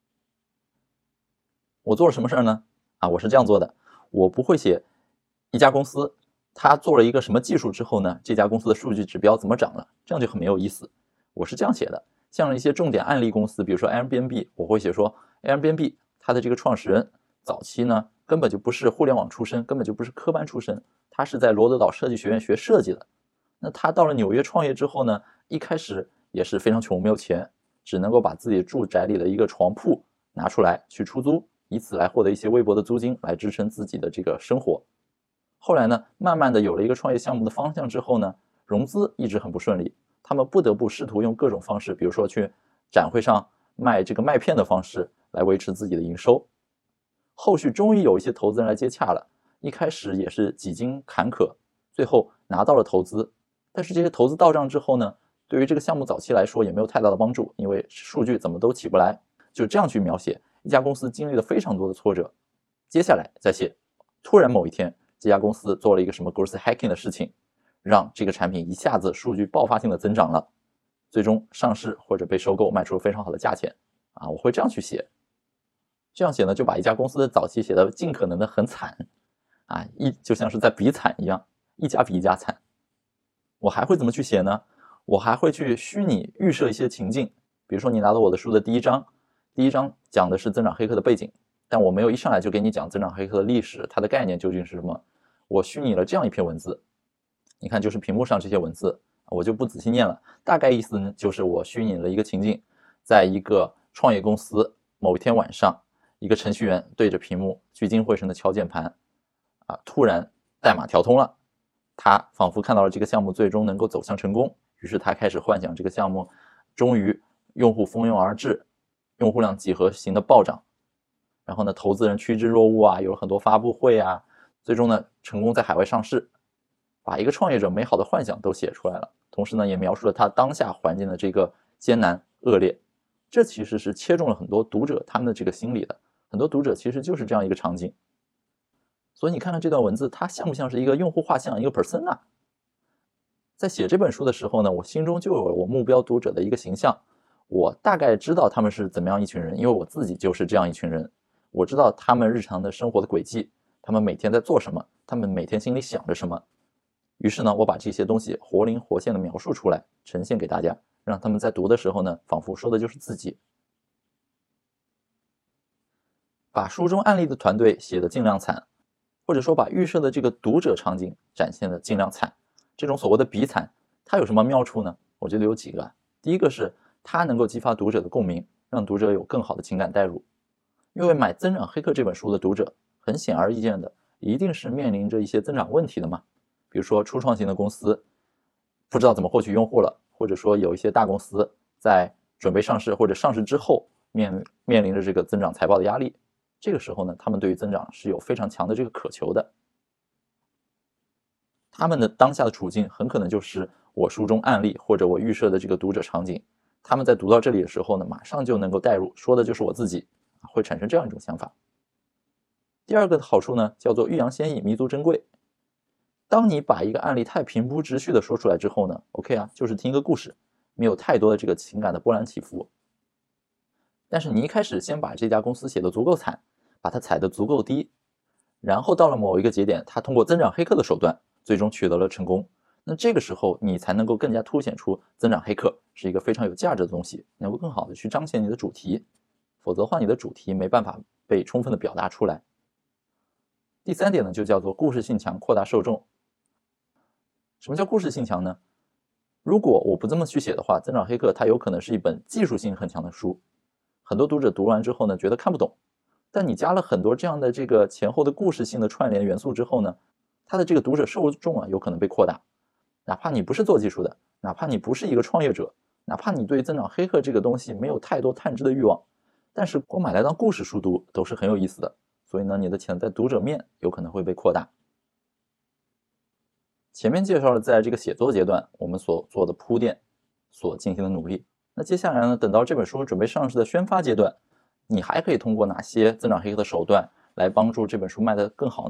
我做了什么事儿呢？我是这样做的，我不会写一家公司它做了一个什么技术之后呢，这家公司的数据指标怎么涨了，这样就很没有意思。我是这样写的，像一些重点案例公司，比如说 Airbnb， 我会写说 Airbnb 它的这个创始人早期呢根本就不是互联网出身，根本就不是科班出身，他是在罗德岛设计学院学设计的。那他到了纽约创业之后呢，一开始也是非常穷，没有钱，只能够把自己住宅里的一个床铺拿出来去出租，以此来获得一些微薄的租金来支撑自己的这个生活。后来呢，慢慢的有了一个创业项目的方向之后呢，融资一直很不顺利，他们不得不试图用各种方式，比如说去展会上卖这个麦片的方式来维持自己的营收。后续终于有一些投资人来接洽了，一开始也是几经坎坷，最后拿到了投资。但是这些投资到账之后呢，对于这个项目早期来说也没有太大的帮助，因为数据怎么都起不来。就这样去描写一家公司经历了非常多的挫折，接下来再写突然某一天这家公司做了一个什么 growth hacking 的事情，让这个产品一下子数据爆发性的增长了，最终上市或者被收购，卖出了非常好的价钱我会这样去写。这样写呢，就把一家公司的早期写的尽可能的很惨就像是在比惨一样，一家比一家惨。我还会怎么去写呢？我还会去虚拟预设一些情境，比如说你拿到我的书的第一章讲的是增长黑客的背景，但我没有一上来就给你讲增长黑客的历史，它的概念究竟是什么。我虚拟了这样一篇文字，你看就是屏幕上这些文字，我就不仔细念了，大概意思呢就是我虚拟了一个情境，在一个创业公司某一天晚上，一个程序员对着屏幕聚精会神的敲键盘突然代码调通了，他仿佛看到了这个项目最终能够走向成功，于是他开始幻想这个项目终于用户蜂拥而至，用户量几何型的暴涨，然后呢投资人趋之若鹜有了很多发布会最终呢成功在海外上市，把一个创业者美好的幻想都写出来了，同时呢也描述了他当下环境的这个艰难恶劣。这其实是切中了很多读者他们的这个心理的，很多读者其实就是这样一个场景。所以你看看这段文字，它像不像是一个用户画像，一个 persona？ 在写这本书的时候呢，我心中就有我目标读者的一个形象，我大概知道他们是怎么样一群人，因为我自己就是这样一群人，我知道他们日常的生活的轨迹，他们每天在做什么，他们每天心里想着什么。于是呢，我把这些东西活灵活现的描述出来，呈现给大家，让他们在读的时候呢，仿佛说的就是自己。把书中案例的团队写得尽量惨，或者说把预设的这个读者场景展现的尽量惨，这种所谓的比惨，它有什么妙处呢？我觉得有几个第一个是它能够激发读者的共鸣，让读者有更好的情感代入。因为买《增长黑客》这本书的读者，很显而易见的，一定是面临着一些增长问题的嘛。比如说初创型的公司不知道怎么获取用户了，或者说有一些大公司在准备上市或者上市之后面临着这个增长财报的压力。这个时候呢，他们对于增长是有非常强的这个渴求的。他们的当下的处境很可能就是我书中案例或者我预设的这个读者场景，他们在读到这里的时候呢，马上就能够代入，说的就是我自己，会产生这样一种想法。第二个的好处呢，叫做欲扬先抑，弥足珍贵。当你把一个案例太平铺直叙的说出来之后呢 ，OK 就是听一个故事，没有太多的这个情感的波澜起伏。但是你一开始先把这家公司写得足够惨，把它踩得足够低，然后到了某一个节点，他通过增长黑客的手段最终取得了成功，那这个时候你才能够更加凸显出增长黑客是一个非常有价值的东西，能够更好的去彰显你的主题，否则的话你的主题没办法被充分的表达出来。第三点呢，就叫做故事性强，扩大受众。什么叫故事性强呢？如果我不这么去写的话，增长黑客它有可能是一本技术性很强的书，很多读者读完之后呢，觉得看不懂。但你加了很多这样的这个前后的故事性的串联元素之后呢，它的这个读者受众有可能被扩大。哪怕你不是做技术的，哪怕你不是一个创业者，哪怕你对增长黑客这个东西没有太多探知的欲望，但是光买来当故事书读都是很有意思的。所以呢，你的潜在读者面有可能会被扩大。前面介绍了在这个写作阶段我们所做的铺垫，所进行的努力。那接下来呢，等到这本书准备上市的宣发阶段，你还可以通过哪些增长黑客的手段来帮助这本书卖得更好呢？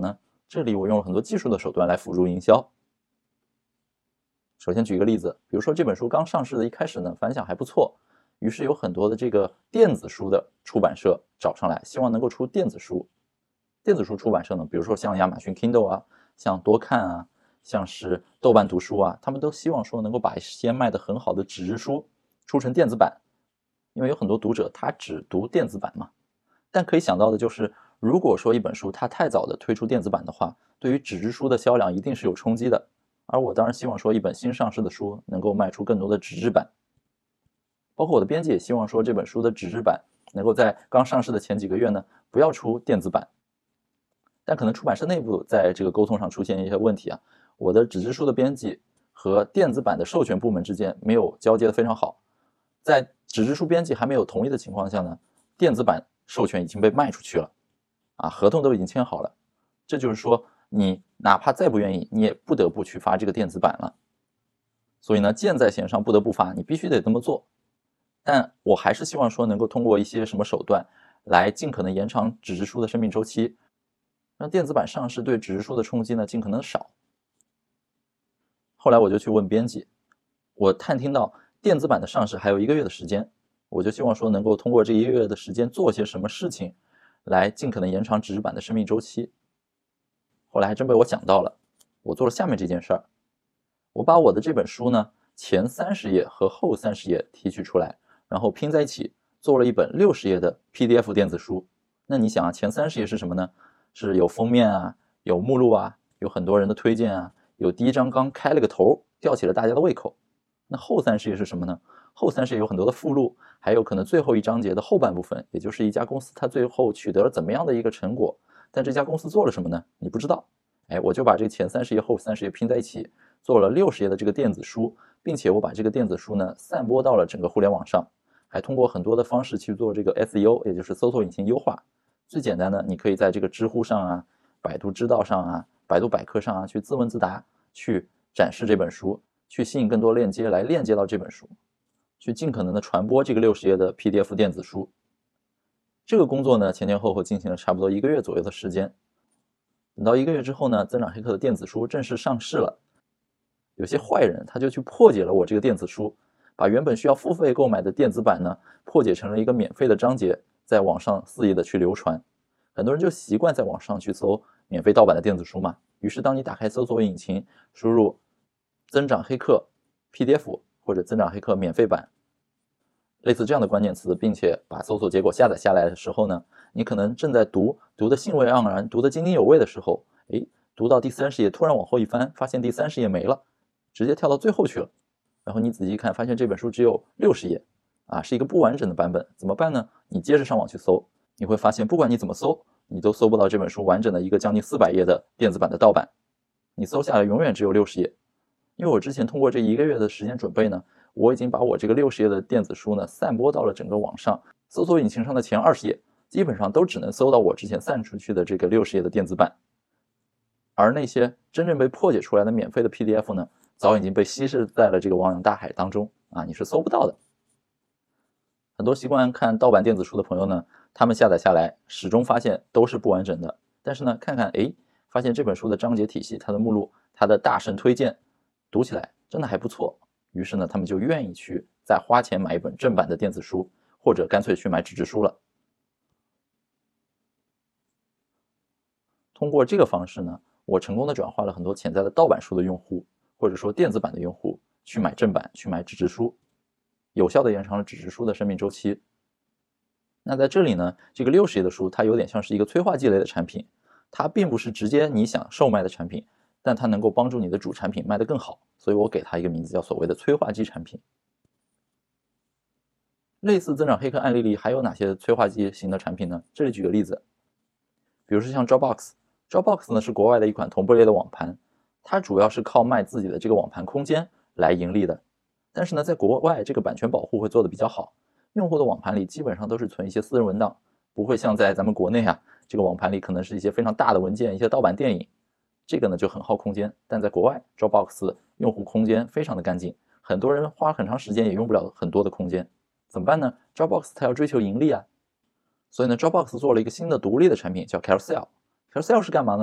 这里我用了很多技术的手段来辅助营销。首先举一个例子，比如说这本书刚上市的一开始呢，反响还不错，于是有很多的这个电子书的出版社找上来，希望能够出电子书。电子书出版社呢，比如说像亚马逊 Kindle 啊，像多看啊，像是豆瓣读书啊，他们都希望说能够把一些卖得很好的纸质书出成电子版，因为有很多读者他只读电子版嘛。但可以想到的就是，如果说一本书它太早的推出电子版的话，对于纸质书的销量一定是有冲击的。而我当然希望说一本新上市的书能够卖出更多的纸质版，包括我的编辑也希望说这本书的纸质版能够在刚上市的前几个月呢不要出电子版。但可能出版社内部在这个沟通上出现一些问题啊，我的纸质书的编辑和电子版的授权部门之间没有交接的非常好，在纸质书编辑还没有同意的情况下呢，电子版授权已经被卖出去了啊，合同都已经签好了，这就是说你哪怕再不愿意，你也不得不去发这个电子版了。所以呢，箭在弦上不得不发，你必须得这么做。但我还是希望说能够通过一些什么手段来尽可能延长纸质书的生命周期，让电子版上市对纸质书的冲击呢尽可能少。后来我就去问编辑，我探听到电子版的上市还有1个月的时间，我就希望说能够通过这1个月的时间做些什么事情来尽可能延长纸质版的生命周期。后来还真被我想到了，我做了下面这件事儿，我把我的这本书呢前30页和后30页提取出来，然后拼在一起做了一本60页的 PDF 电子书。那你想啊，前30页是什么呢？是有封面啊，有目录啊，有很多人的推荐啊，有第一章刚开了个头，吊起了大家的胃口。那后30页是什么呢？后30页有很多的附录，还有可能最后一章节的后半部分，也就是一家公司它最后取得了怎么样的一个成果，但这家公司做了什么呢？你不知道。我就把这个前30页后30页拼在一起，做了60页的这个电子书，并且我把这个电子书呢散播到了整个互联网上，还通过很多的方式去做这个 SEO， 也就是搜索引擎优化。最简单的，你可以在这个知乎上啊、百度知道上啊、百度百科上啊去自问自答，去展示这本书，去吸引更多链接来链接到这本书，去尽可能的传播这个60页的 PDF 电子书。这个工作呢前前后后进行了差不多1个月左右的时间。等到1个月之后呢，增长黑客的电子书正式上市了。有些坏人他就去破解了我这个电子书，把原本需要付费购买的电子版呢破解成了一个免费的章节，在网上肆意的去流传。很多人就习惯在网上去搜免费盗版的电子书嘛，于是当你打开搜索引擎，输入增长黑客 PDF 或者增长黑客免费版类似这样的关键词，并且把搜索结果下载下来的时候呢，你可能正在读得兴味盎然，读得津津有味的时候，读到第30页突然往后一翻，发现第30页没了，直接跳到最后去了。然后你仔细一看，发现这本书只有60页啊，是一个不完整的版本。怎么办呢？你接着上网去搜，你会发现不管你怎么搜，你都搜不到这本书完整的一个将近400页的电子版的盗版。你搜下来永远只有60页。因为我之前通过这1个月的时间准备呢，我已经把我这个60页的电子书呢散播到了整个网上，搜索引擎上的前20页基本上都只能搜到我之前散出去的这个60页的电子版，而那些真正被破解出来的免费的 PDF 呢，早已经被稀释在了这个汪洋大海当中啊，你是搜不到的。很多习惯看盗版电子书的朋友呢，他们下载下来始终发现都是不完整的，但是呢，看看发现这本书的章节体系、它的目录、它的大神推荐，读起来真的还不错，于是呢，他们就愿意去再花钱买一本正版的电子书，或者干脆去买纸质书了。通过这个方式呢，我成功的转化了很多潜在的盗版书的用户，或者说电子版的用户，去买正版，去买纸质书，有效的延长了纸质书的生命周期。那在这里呢，这个60页的书，它有点像是一个催化剂类的产品，它并不是直接你想售卖的产品，但它能够帮助你的主产品卖得更好，所以我给它一个名字叫所谓的催化剂产品。类似增长黑客案例里还有哪些催化剂型的产品呢？这里举个例子，比如说像 Dropbox 呢是国外的一款同步类的网盘，它主要是靠卖自己的这个网盘空间来盈利的。但是呢，在国外这个版权保护会做得比较好，用户的网盘里基本上都是存一些私人文档，不会像在咱们国内这个网盘里可能是一些非常大的文件，一些盗版电影，这个呢就很耗空间。但在国外 Dropbox 用户空间非常的干净，很多人花很长时间也用不了很多的空间，怎么办呢？ Dropbox 它要追求盈利啊，所以呢 Dropbox 做了一个新的独立的产品叫 Carousel。 Carousel 是干嘛的呢？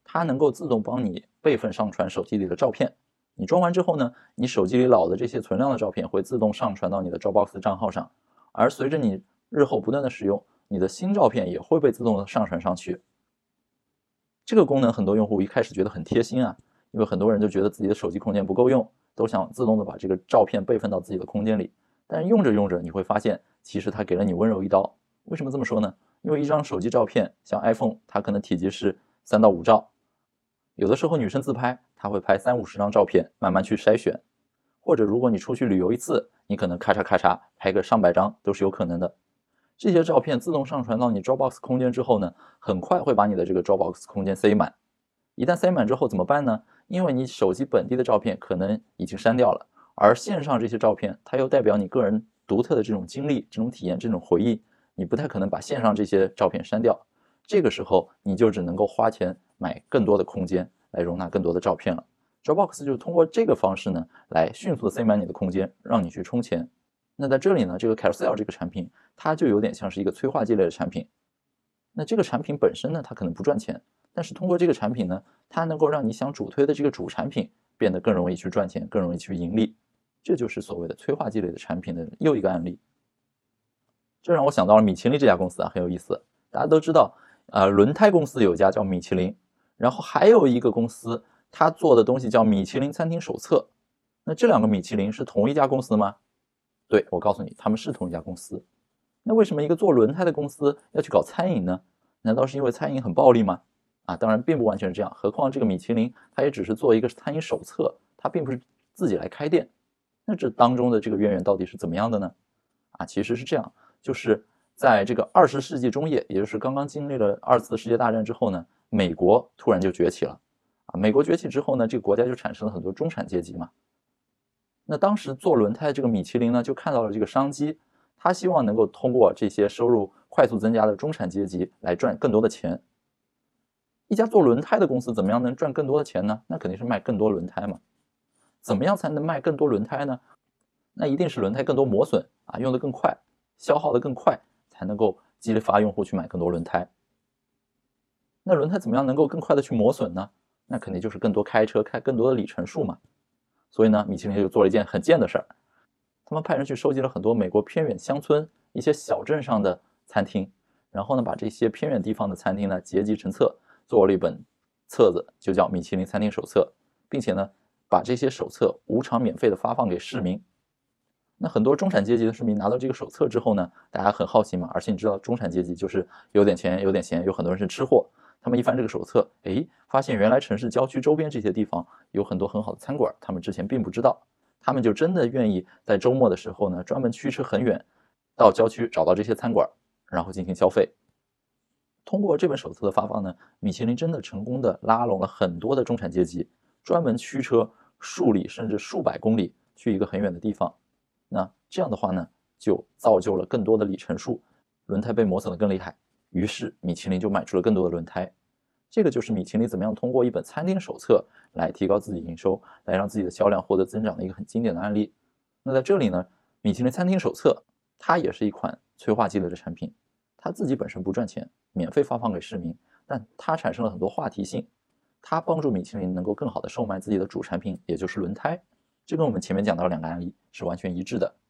它能够自动帮你备份上传手机里的照片。你装完之后呢，你手机里老的这些存量的照片会自动上传到你的 Dropbox 账号上，而随着你日后不断的使用，你的新照片也会被自动的上传上去。这个功能很多用户一开始觉得很贴心啊，因为很多人就觉得自己的手机空间不够用，都想自动的把这个照片备份到自己的空间里。但是用着用着，你会发现，其实它给了你温柔一刀。为什么这么说呢？因为一张手机照片，像 iPhone， 它可能体积是3到5兆，有的时候女生自拍，她会拍30-50张照片，慢慢去筛选。或者如果你出去旅游一次，你可能咔嚓咔嚓拍个上百张都是有可能的。这些照片自动上传到你 Dropbox 空间之后呢，很快会把你的这个 Dropbox 空间塞满。一旦塞满之后怎么办呢？因为你手机本地的照片可能已经删掉了，而线上这些照片它又代表你个人独特的这种经历、这种体验、这种回忆，你不太可能把线上这些照片删掉。这个时候你就只能够花钱买更多的空间来容纳更多的照片了。Dropbox 就是通过这个方式呢，来迅速的塞满你的空间，让你去充钱。那在这里呢，这个 Carousel 这个产品，它就有点像是一个催化剂类的产品。那这个产品本身呢，它可能不赚钱，但是通过这个产品呢，它能够让你想主推的这个主产品变得更容易去赚钱，更容易去盈利。这就是所谓的催化剂类的产品的又一个案例。这让我想到了米其林这家公司啊，很有意思。大家都知道，轮胎公司有一家叫米其林，然后还有一个公司，它做的东西叫米其林餐厅手册。那这两个米其林是同一家公司吗？对，我告诉你，他们是同一家公司。那为什么一个做轮胎的公司要去搞餐饮呢？难道是因为餐饮很暴利吗？当然并不完全是这样。何况这个米其林，它也只是做一个餐饮手册，它并不是自己来开店。那这当中的这个渊源到底是怎么样的呢？其实是这样，就是在这个20世纪中叶，也就是刚刚经历了2次世界大战之后呢，美国突然就崛起了。美国崛起之后呢，这个国家就产生了很多中产阶级嘛。那当时做轮胎这个米其林呢，就看到了这个商机，他希望能够通过这些收入快速增加的中产阶级来赚更多的钱。一家做轮胎的公司怎么样能赚更多的钱呢？那肯定是卖更多轮胎嘛。怎么样才能卖更多轮胎呢？那一定是轮胎更多磨损用得更快，消耗得更快，才能够激发用户去买更多轮胎。那轮胎怎么样能够更快的去磨损呢？那肯定就是更多开车，开更多的里程数嘛。所以呢，米其林就做了一件很贱的事儿，他们派人去收集了很多美国偏远乡村一些小镇上的餐厅，然后呢，把这些偏远地方的餐厅呢结集成册，做了一本册子，就叫《米其林餐厅手册》，并且呢，把这些手册无偿免费的发放给市民。那很多中产阶级的市民拿到这个手册之后呢，大家很好奇嘛，而且你知道中产阶级就是有点钱有点闲，有很多人是吃货。他们一翻这个手册，发现原来城市郊区周边这些地方有很多很好的餐馆，他们之前并不知道，他们就真的愿意在周末的时候呢，专门驱车很远到郊区找到这些餐馆，然后进行消费。通过这本手册的发放呢，米其林真的成功的拉拢了很多的中产阶级，专门驱车数里甚至数百公里去一个很远的地方。那这样的话呢，就造就了更多的里程数，轮胎被磨损的更厉害。于是米其林就买出了更多的轮胎。这个就是米其林怎么样通过一本餐厅手册来提高自己营收，来让自己的销量获得增长的一个很经典的案例。那在这里呢，米其林餐厅手册它也是一款催化剂类的产品，它自己本身不赚钱，免费发放给市民，但它产生了很多话题性，它帮助米其林能够更好的售卖自己的主产品，也就是轮胎。这跟我们前面讲到的2个案例是完全一致的。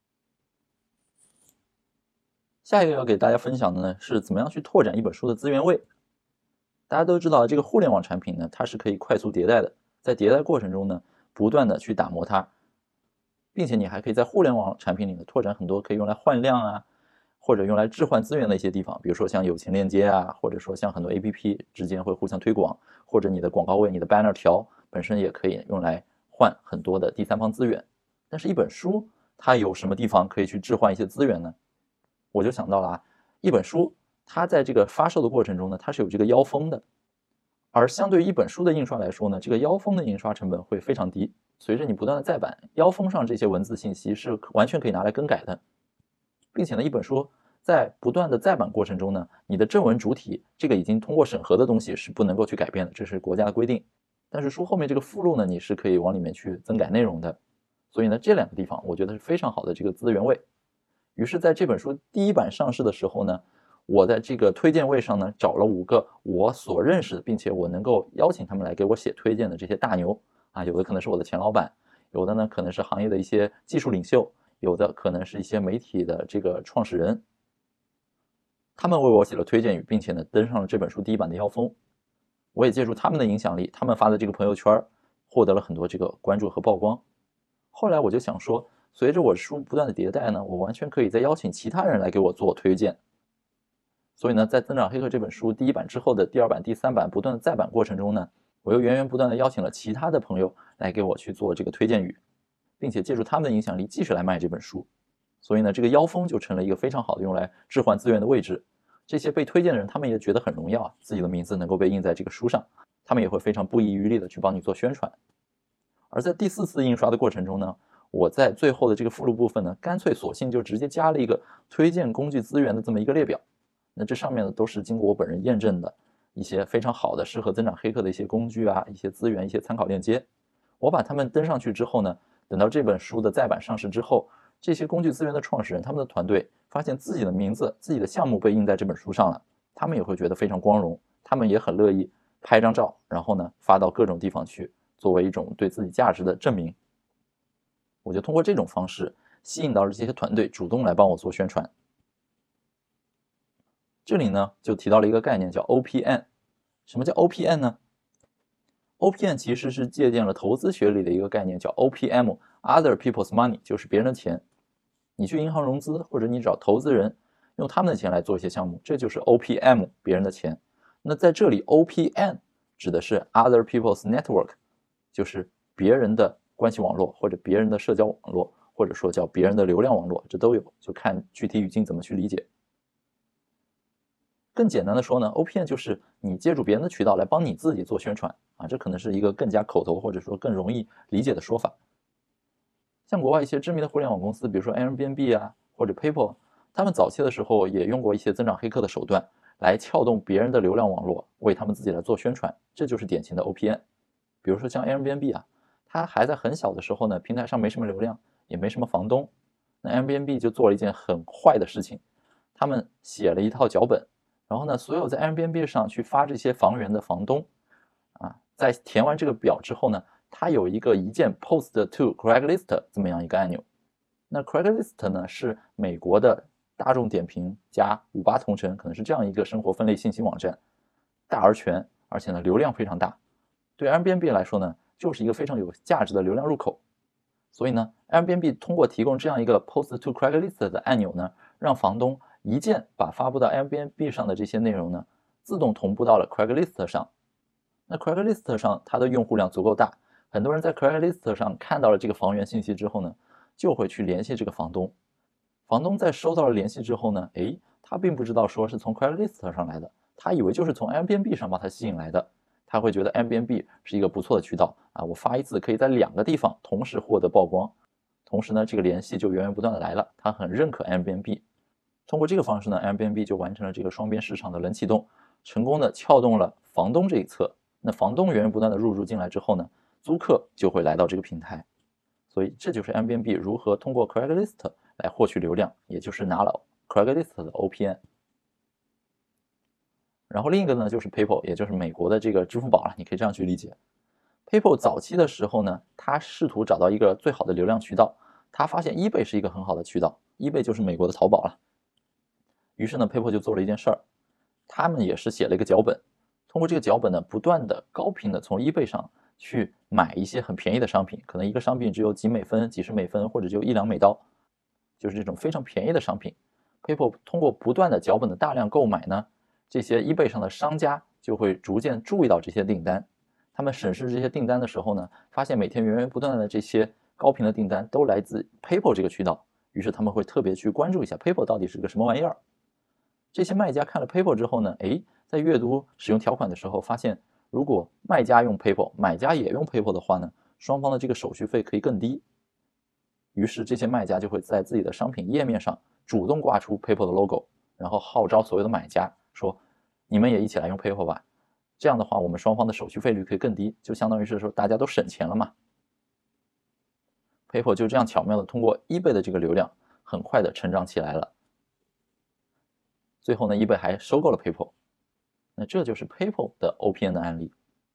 下一个要给大家分享的呢，是怎么样去拓展一本书的资源位。大家都知道，这个互联网产品呢，它是可以快速迭代的，在迭代过程中呢，不断的去打磨它，并且你还可以在互联网产品里呢拓展很多可以用来换量或者用来置换资源的一些地方，比如说像友情链接或者说像很多 APP 之间会互相推广，或者你的广告位、你的 banner 条本身也可以用来换很多的第三方资源。但是一本书它有什么地方可以去置换一些资源呢？我就想到了一本书它在这个发售的过程中呢，它是有这个腰封的，而相对于一本书的印刷来说呢，这个腰封的印刷成本会非常低。随着你不断的再版，腰封上这些文字信息是完全可以拿来更改的，并且呢，一本书在不断的再版过程中呢，你的正文主体这个已经通过审核的东西是不能够去改变的，这是国家的规定。但是书后面这个附录呢，你是可以往里面去增改内容的。所以呢，这2个地方我觉得是非常好的这个资源位。于是在这本书第1版上市的时候呢， 我在这个推荐位上呢找了5个我所认识的，并且我能够邀请他们来给我写推荐的这些大牛啊，有的可能是我的前老板，有的呢可能是行业的一些技术领袖，有的可能是一些媒体的这个创始人，他们为我写了推荐语，并且呢登上了这本书第1版的腰封。我也借助他们的影响力，他们发的这个朋友圈获得了很多这个关注和曝光。后来我就想说，随着我书不断的迭代呢，我完全可以再邀请其他人来给我做推荐。所以呢，在《增长黑客》这本书第1版之后的第2版、第3版不断的再版过程中呢，我又源源不断的邀请了其他的朋友来给我去做这个推荐语，并且借助他们的影响力继续来卖这本书。所以呢，这个腰封就成了一个非常好的用来置换资源的位置。这些被推荐的人，他们也觉得很荣耀啊，自己的名字能够被印在这个书上，他们也会非常不遗余力的去帮你做宣传。而在第4次印刷的过程中呢，我在最后的这个附录部分呢，干脆索性就直接加了一个推荐工具资源的这么一个列表。那这上面呢都是经过我本人验证的一些非常好的适合增长黑客的一些工具啊、一些资源、一些参考链接。我把它们登上去之后呢，等到这本书的再版上市之后，这些工具资源的创始人，他们的团队发现自己的名字、自己的项目被印在这本书上了，他们也会觉得非常光荣，他们也很乐意拍张照，然后呢发到各种地方去，作为一种对自己价值的证明。我就通过这种方式吸引到了这些团队主动来帮我做宣传。这里呢就提到了一个概念叫 OPN。 什么叫 OPN 呢？ OPN 其实是借鉴了投资学里的一个概念叫 OPM Other People's Money， 就是别人的钱。你去银行融资，或者你找投资人用他们的钱来做一些项目，这就是 OPM 别人的钱。那在这里 OPN 指的是 Other People's Network， 就是别人的关系网络，或者别人的社交网络，或者说叫别人的流量网络，这都有，就看具体语境怎么去理解。更简单的说呢， OPN 就是你借助别人的渠道来帮你自己做宣传啊，这可能是一个更加口头或者说更容易理解的说法。像国外一些知名的互联网公司，比如说 Airbnb 啊或者 PayPal， 他们早期的时候也用过一些增长黑客的手段来撬动别人的流量网络，为他们自己来做宣传，这就是典型的 OPN。 比如说像 Airbnb 啊，它还在很小的时候呢，平台上没什么流量，也没什么房东，那 Airbnb 就做了一件很坏的事情，他们写了一套脚本，然后呢，所有在 Airbnb 上去发这些房源的房东啊，在填完这个表之后呢，它有一个一键 post to Craigslist 这么样一个按钮。那 Craigslist 呢是美国的大众点评加58同城，可能是这样一个生活分类信息网站，大而全，而且呢流量非常大。对 Airbnb 来说呢，就是一个非常有价值的流量入口。所以呢 Airbnb 通过提供这样一个 post to Craigslist 的按钮呢，让房东一键把发布到 Airbnb 上的这些内容呢，自动同步到了 Craigslist 上。那 Craigslist 上它的用户量足够大，很多人在 Craigslist 上看到了这个房源信息之后呢，就会去联系这个房东。房东在收到了联系之后呢，他并不知道说是从 Craigslist 上来的，他以为就是从 Airbnb 上把他吸引来的。他会觉得 Airbnb 是一个不错的渠道啊，我发一次可以在2个地方同时获得曝光，同时呢，这个联系就源源不断的来了，他很认可 Airbnb。通过这个方式呢 ，Airbnb 就完成了这个双边市场的冷启动，成功的撬动了房东这一侧。那房东源源不断的入驻进来之后呢，租客就会来到这个平台。所以这就是 Airbnb 如何通过 Craigslist 来获取流量，也就是拿了 Craigslist 的 OPN。然后另一个呢就是 PayPal， 也就是美国的这个支付宝了，你可以这样去理解。PayPal 早期的时候呢，他试图找到一个最好的流量渠道，他发现 eBay 是一个很好的渠道， eBay 就是美国的淘宝了。于是呢 PayPal 就做了一件事儿，他们也是写了一个脚本，通过这个脚本呢，不断的高频的从 eBay 上去买一些很便宜的商品，可能一个商品只有几美分、几十美分，或者就1-2美刀，就是这种非常便宜的商品。PayPal 通过不断的脚本的大量购买呢，这些 eBay 上的商家就会逐渐注意到这些订单。他们审视这些订单的时候呢，发现每天源源不断的这些高频的订单都来自 PayPal 这个渠道，于是他们会特别去关注一下 PayPal 到底是个什么玩意儿。这些卖家看了 PayPal 之后呢，在阅读使用条款的时候发现，如果卖家用 PayPal， 买家也用 PayPal 的话呢，双方的这个手续费可以更低。于是这些卖家就会在自己的商品页面上主动挂出 PayPal 的 logo， 然后号召所有的买家说，你们也一起来用 PayPal 吧，这样的话我们双方的手续费率可以更低，就相当于是说大家都省钱了嘛。PayPal 就这样巧妙的通过 eBay 的这个流量很快的成长起来了。 最后呢，eBay 还收购了 PayPal。那这就是 PayPal 的 OPN 的案例。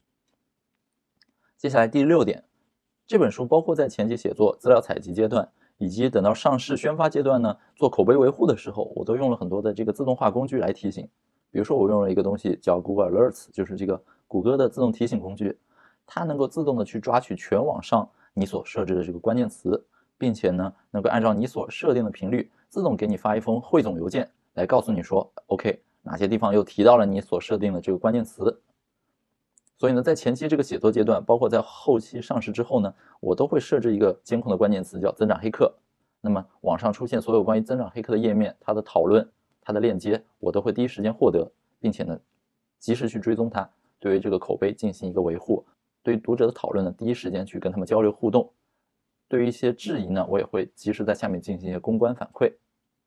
接下来第6点，这本书包括在前期写作、资料采集阶段，以及等到上市宣发阶段呢，做口碑维护的时候，我都用了很多的这个自动化工具来提醒。比如说我用了一个东西叫 Google Alerts， 就是这个谷歌的自动提醒工具，它能够自动的去抓取全网上你所设置的这个关键词，并且呢，能够按照你所设定的频率，自动给你发一封汇总邮件，来告诉你说 OK， 哪些地方又提到了你所设定的这个关键词。所以呢，在前期这个写作阶段，包括在后期上市之后呢，我都会设置一个监控的关键词叫增长黑客。那么网上出现所有关于增长黑客的页面，它的讨论、它的链接，我都会第一时间获得，并且呢，及时去追踪它，对于这个口碑进行一个维护。对于读者的讨论呢，第一时间去跟他们交流互动。对于一些质疑呢，我也会及时在下面进行一些公关反馈。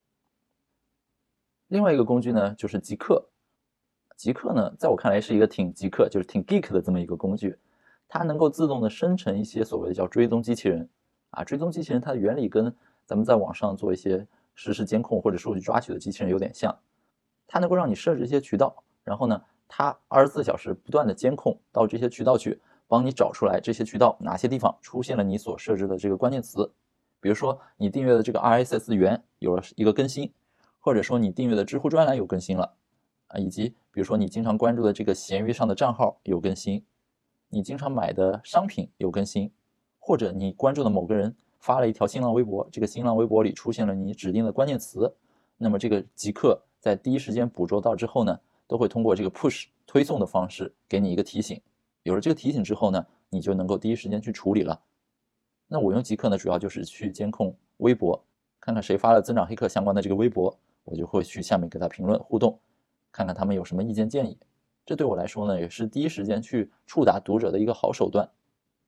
另外一个工具呢，就是极客。极客呢，在我看来是一个挺极客，就是挺 geek 的这么一个工具。它能够自动的生成一些所谓的叫追踪机器人啊，追踪机器人它的原理跟咱们在网上做一些实时监控或者数据抓取的机器人有点像。它能够让你设置一些渠道，然后呢，它24小时不断的监控到这些渠道去，帮你找出来这些渠道哪些地方出现了你所设置的这个关键词。比如说你订阅的这个 RSS 源有了一个更新，或者说你订阅的知乎专栏有更新了啊，以及比如说你经常关注的这个闲鱼上的账号有更新，你经常买的商品有更新，或者你关注的某个人发了一条新浪微博，这个新浪微博里出现了你指定的关键词，那么这个极客在第一时间捕捉到之后呢，都会通过这个 push 推送的方式给你一个提醒。有了这个提醒之后呢，你就能够第一时间去处理了。那我用极客呢，主要就是去监控微博，看看谁发了增长黑客相关的这个微博，我就会去下面给他评论互动，看看他们有什么意见建议。这对我来说呢，也是第一时间去触达读者的一个好手段。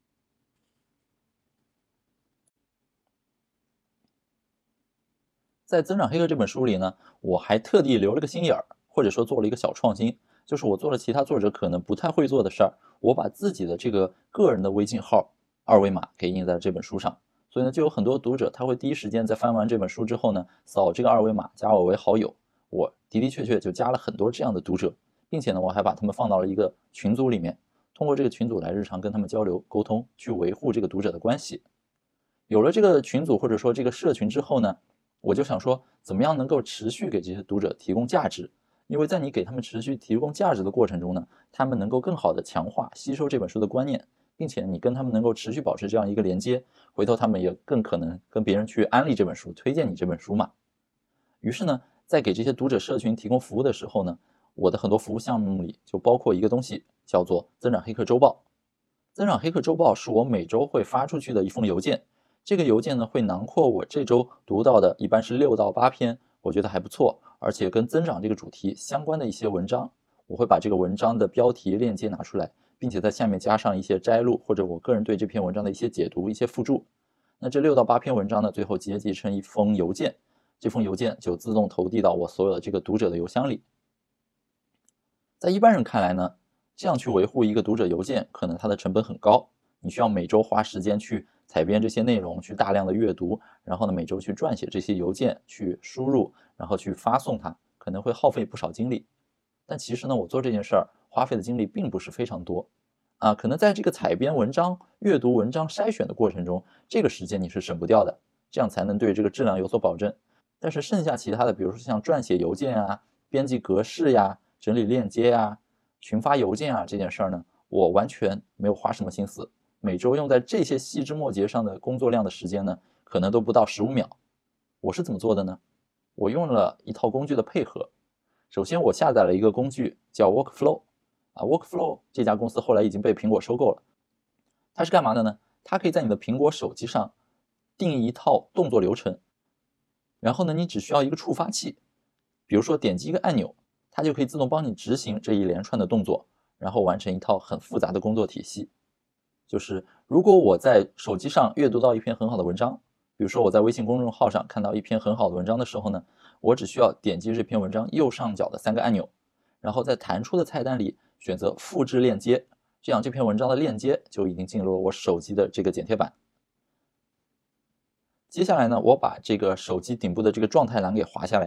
在《增长黑客》这本书里呢，我还特地留了个心眼儿，或者说做了一个小创新，就是我做了其他作者可能不太会做的事儿，我把自己的这个个人的微信号二维码给印在这本书上。所以呢，就有很多读者他会第一时间在翻完这本书之后呢，扫这个二维码加我为好友。我的的确确就加了很多这样的读者，并且呢，我还把他们放到了一个群组里面，通过这个群组来日常跟他们交流沟通，去维护这个读者的关系。有了这个群组或者说这个社群之后呢，我就想说，怎么样能够持续给这些读者提供价值？因为在你给他们持续提供价值的过程中呢，他们能够更好的强化吸收这本书的观念，并且你跟他们能够持续保持这样一个连接，回头他们也更可能跟别人去安利这本书，推荐你这本书嘛。于是呢，在给这些读者社群提供服务的时候呢，我的很多服务项目里就包括一个东西，叫做增长黑客周报。增长黑客周报是我每周会发出去的一封邮件，这个邮件呢会囊括我这周读到的一般是6到8篇，我觉得还不错，而且跟增长这个主题相关的一些文章，我会把这个文章的标题链接拿出来，并且在下面加上一些摘录或者我个人对这篇文章的一些解读、一些附注。那这6到8篇文章呢，最后结集成一封邮件，这封邮件就自动投递到我所有的这个读者的邮箱里。在一般人看来呢，这样去维护一个读者邮件，可能它的成本很高，你需要每周花时间去采编这些内容，去大量的阅读，然后呢每周去撰写这些邮件，去输入，然后去发送它，可能会耗费不少精力。但其实呢，我做这件事儿花费的精力并不是非常多啊，可能在这个采编文章、阅读文章筛选的过程中，这个时间你是省不掉的，这样才能对这个质量有所保证。但是剩下其他的，比如说像撰写邮件啊、编辑格式呀、整理链接呀、群发邮件啊这件事儿呢，我完全没有花什么心思。每周用在这些细枝末节上的工作量的时间呢，可能都不到15秒。我是怎么做的呢？我用了一套工具的配合。首先，我下载了一个工具叫 Workflow 啊 ，Workflow 这家公司后来已经被苹果收购了。它是干嘛的呢？它可以在你的苹果手机上定义一套动作流程，然后呢，你只需要一个触发器，比如说点击一个按钮，它就可以自动帮你执行这一连串的动作，然后完成一套很复杂的工作体系。就是如果我在手机上阅读到一篇很好的文章，比如说我在微信公众号上看到一篇很好的文章的时候呢，我只需要点击这篇文章右上角的3个按钮，然后在弹出的菜单里选择复制链接，这样这篇文章的链接就已经进入了我手机的这个剪贴板。接下来呢，我把这个手机顶部的这个状态栏给划下来，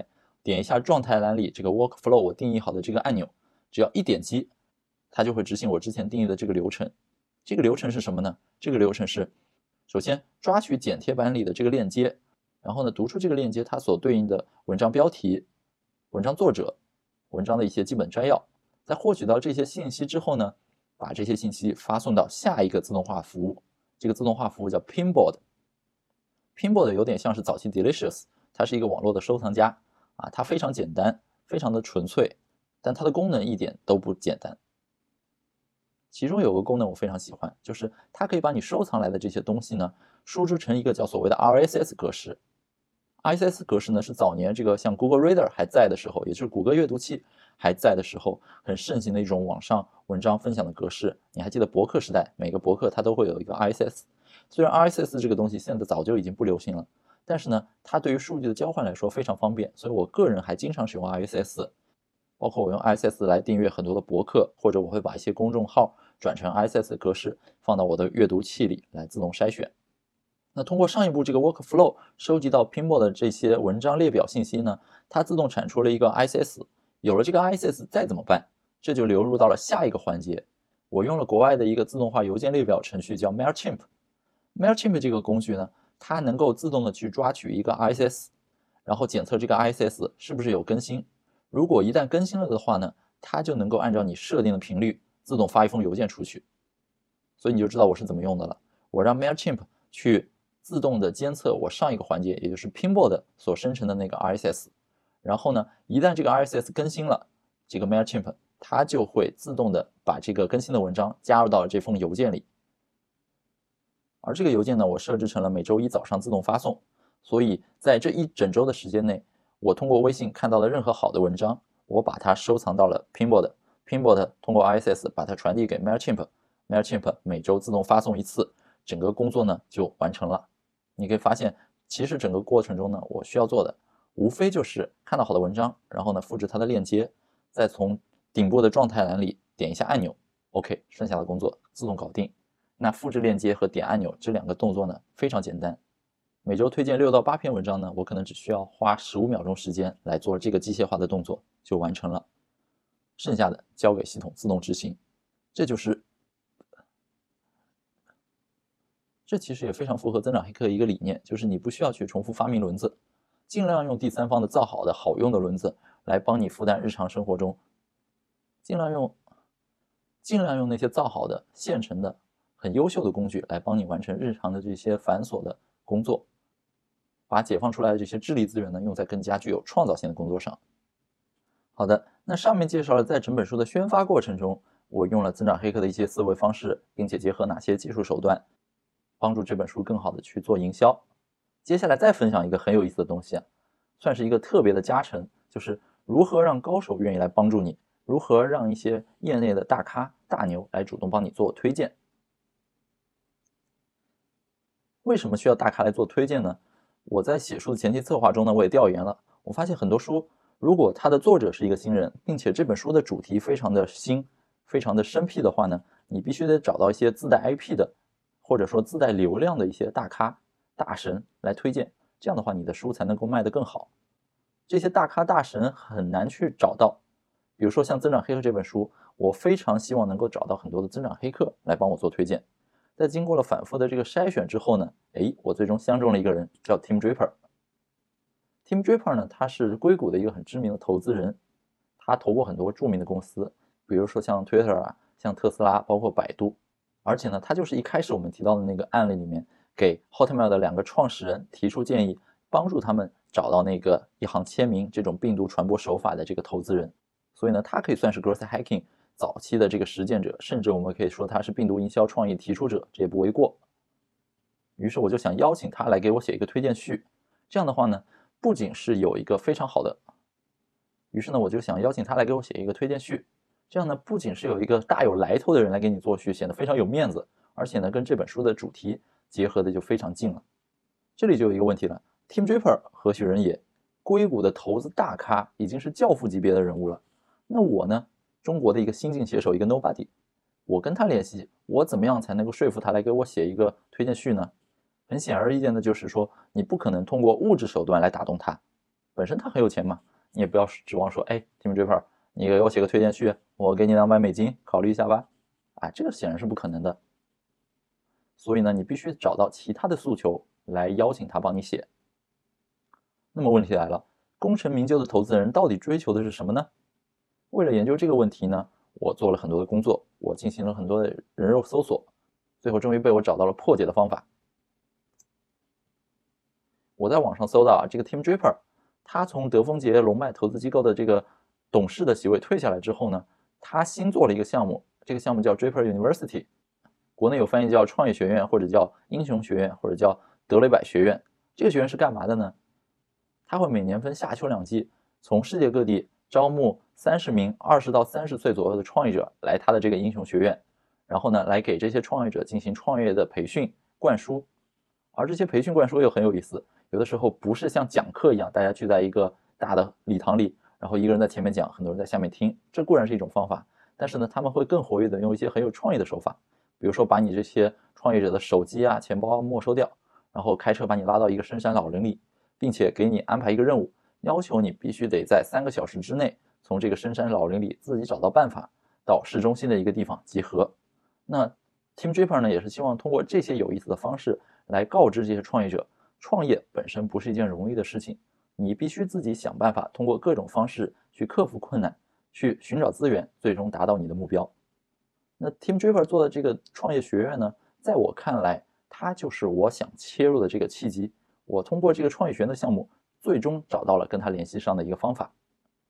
点一下状态栏里这个 workflow 我定义好的这个按钮，只要一点击，它就会执行我之前定义的这个流程。这个流程是什么呢？这个流程是首先抓取剪贴板里的这个链接，然后呢读出这个链接它所对应的文章标题、文章作者、文章的一些基本摘要，在获取到这些信息之后呢，把这些信息发送到下一个自动化服务，这个自动化服务叫 Pinboard。Pinboard 有点像是早期 Delicious， 它是一个网络的收藏夹啊，它非常简单，非常的纯粹，但它的功能一点都不简单。其中有个功能我非常喜欢，就是它可以把你收藏来的这些东西呢，输出成一个叫所谓的 RSS 格式。RSS 格式呢是早年这个像 Google Reader 还在的时候，也就是谷歌阅读器还在的时候，很盛行的一种网上文章分享的格式。你还记得博客时代，每个博客它都会有一个 RSS。虽然 RSS 这个东西现在早就已经不流行了，但是呢，它对于数据的交换来说非常方便，所以我个人还经常使用 RSS。包括我用 RSS 来订阅很多的博客，或者我会把一些公众号转成 RSS 格式，放到我的阅读器里来自动筛选。那通过上一步这个 workflow 收集到 Pinboard 的这些文章列表信息呢，它自动产出了一个 RSS。有了这个 RSS 再怎么办？这就流入到了下一个环节。我用了国外的一个自动化邮件列表程序叫 Mailchimp。Mailchimp 这个工具呢，它能够自动的去抓取一个 RSS， 然后检测这个 RSS 是不是有更新。如果一旦更新了的话呢，它就能够按照你设定的频率自动发一封邮件出去。所以你就知道我是怎么用的了。我让 Mailchimp 去自动的监测我上一个环节，也就是 Pinboard 所生成的那个 RSS。然后呢，一旦这个 RSS 更新了，这个 Mailchimp 它就会自动的把这个更新的文章加入到这封邮件里。而这个邮件呢，我设置成了每周一早上自动发送。所以在这一整周的时间内，我通过微信看到的任何好的文章，我把它收藏到了 Pinboard。Pinboard 通过 RSS 把它传递给 Mailchimp。Mailchimp 每周自动发送一次，整个工作呢就完成了。你可以发现，其实整个过程中呢，我需要做的无非就是看到好的文章，然后呢复制它的链接，再从顶部的状态栏里点一下按钮 ，OK， 剩下的工作自动搞定。那复制链接和点按钮这两个动作呢非常简单。每周推荐6到8篇文章呢，我可能只需要花15秒钟时间来做这个机械化的动作就完成了，剩下的交给系统自动执行。这其实也非常符合增长黑客一个理念，就是你不需要去重复发明轮子，尽量用第三方的造好的好用的轮子来帮你负担日常生活中，尽量用那些造好的现成的很优秀的工具来帮你完成日常的这些繁琐的工作，把解放出来的这些智力资源呢用在更加具有创造性的工作上。好的，那上面介绍了在整本书的宣发过程中，我用了增长黑客的一些思维方式，并且结合哪些技术手段，帮助这本书更好的去做营销。接下来再分享一个很有意思的东西啊，算是一个特别的加成，就是如何让高手愿意来帮助你，如何让一些业内的大咖大牛来主动帮你做推荐。为什么需要大咖来做推荐呢？我在写书的前期策划中呢，我也调研了，我发现很多书如果它的作者是一个新人，并且这本书的主题非常的新，非常的生僻的话呢，你必须得找到一些自带 IP 的，或者说自带流量的一些大咖大神来推荐，这样的话你的书才能够卖得更好。这些大咖大神很难去找到，比如说像增长黑客这本书，我非常希望能够找到很多的增长黑客来帮我做推荐。在经过了反复的这个筛选之后呢，我最终相中了一个人，叫 Tim Draper。Tim Draper 呢，他是硅谷的一个很知名的投资人，他投过很多著名的公司，比如说像 Twitter 啊，像特斯拉，包括百度。而且呢，他就是一开始我们提到的那个案例里面，给 Hotmail 的2个创始人提出建议，帮助他们找到那个一行签名这种病毒传播手法的这个投资人。所以呢，他可以算是 growth hacking 早期的这个实践者，甚至我们可以说他是病毒营销创意提出者，这也不为过。于是我就想邀请他来给我写一个推荐序，这样的话呢，不仅是有一个非常好的，于是呢，我就想邀请他来给我写一个推荐序，这样呢，不仅是有一个大有来头的人来给你做序，显得非常有面子，而且呢，跟这本书的主题结合的就非常近了。这里就有一个问题了 ，Tim Draper 何许人也？硅谷的投资大咖，已经是教父级别的人物了。那我呢，中国的一个新晋写手，一个 nobody， 我跟他联系，我怎么样才能够说服他来给我写一个推荐序呢？很显而易见的就是说，你不可能通过物质手段来打动他，本身他很有钱嘛， 你也不要指望说，哎 ，Tim Draper，你给我写个推荐序，我给你$200，考虑一下吧。这个显然是不可能的。所以呢，你必须找到其他的诉求来邀请他帮你写。那么问题来了，功成名就的投资人到底追求的是什么呢？为了研究这个问题呢，我做了很多的工作，我进行了很多的人肉搜索，最后终于被我找到了破解的方法。我在网上搜到这个 Tim Draper， 他从德丰杰龙脉投资机构的这个董事的席位退下来之后呢，他新做了一个项目，这个项目叫 Draper University， 国内有翻译叫创业学院，或者叫英雄学院，或者叫德雷柏学院。这个学院是干嘛的呢？他会每年分夏秋2季，从世界各地招募30名20到30岁左右的创业者来他的这个英雄学院，然后呢，来给这些创业者进行创业的培训灌输。而这些培训灌输又很有意思，有的时候不是像讲课一样，大家聚在一个大的礼堂里，然后一个人在前面讲，很多人在下面听，这固然是一种方法，但是呢，他们会更活跃的用一些很有创意的手法，比如说把你这些创业者的手机钱包没收掉，然后开车把你拉到一个深山老林里，并且给你安排一个任务，要求你必须得在3个小时之内从这个深山老林里自己找到办法到市中心的一个地方集合。那 Tim Draper 呢，也是希望通过这些有意思的方式来告知这些创业者，创业本身不是一件容易的事情，你必须自己想办法，通过各种方式去克服困难，去寻找资源，最终达到你的目标。那 Tim Draper 做的这个创业学院呢，在我看来，它就是我想切入的这个契机。我通过这个创业学院的项目，最终找到了跟他联系上的一个方法。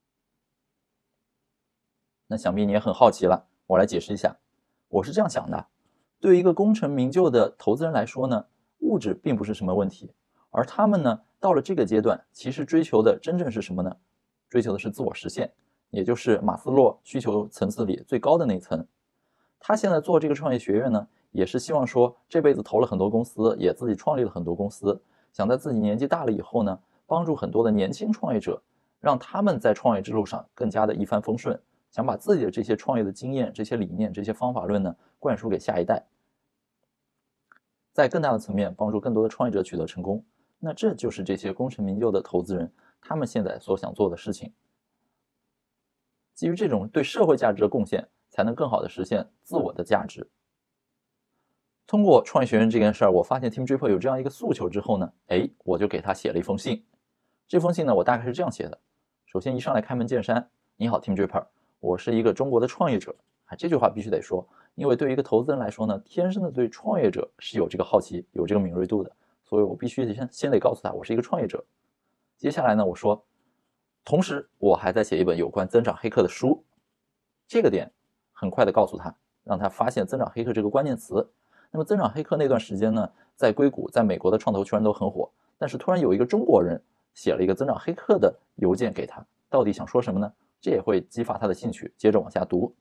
那想必你也很好奇了，我来解释一下。我是这样想的，对于一个功成名就的投资人来说呢，物质并不是什么问题，而他们呢，到了这个阶段，其实追求的真正是什么呢？追求的是自我实现，也就是马斯洛需求层次里最高的那一层。他现在做这个创业学院呢，也是希望说这辈子投了很多公司，也自己创立了很多公司，想在自己年纪大了以后呢，帮助很多的年轻创业者，让他们在创业之路上更加的一帆风顺，想把自己的这些创业的经验、这些理念、这些方法论呢，灌输给下一代，在更大的层面帮助更多的创业者取得成功。那这就是这些功成名就的投资人他们现在所想做的事情。基于这种对社会价值的贡献，才能更好的实现自我的价值。通过创业学院这件事儿，我发现 Tim Draper 有这样一个诉求之后呢，我就给他写了一封信。这封信呢，我大概是这样写的：首先一上来开门见山，你好 Tim Draper， 我是一个中国的创业者。这句话必须得说，因为对于一个投资人来说呢，天生的对创业者是有这个好奇，有这个敏锐度的，所以我必须先得告诉他，我是一个创业者。接下来呢，我说，同时我还在写一本有关增长黑客的书。这个点很快的告诉他，让他发现增长黑客这个关键词。那么增长黑客那段时间呢，在硅谷，在美国的创投圈都很火，但是突然有一个中国人写了一个增长黑客的邮件给他，到底想说什么呢？这也会激发他的兴趣，接着往下读。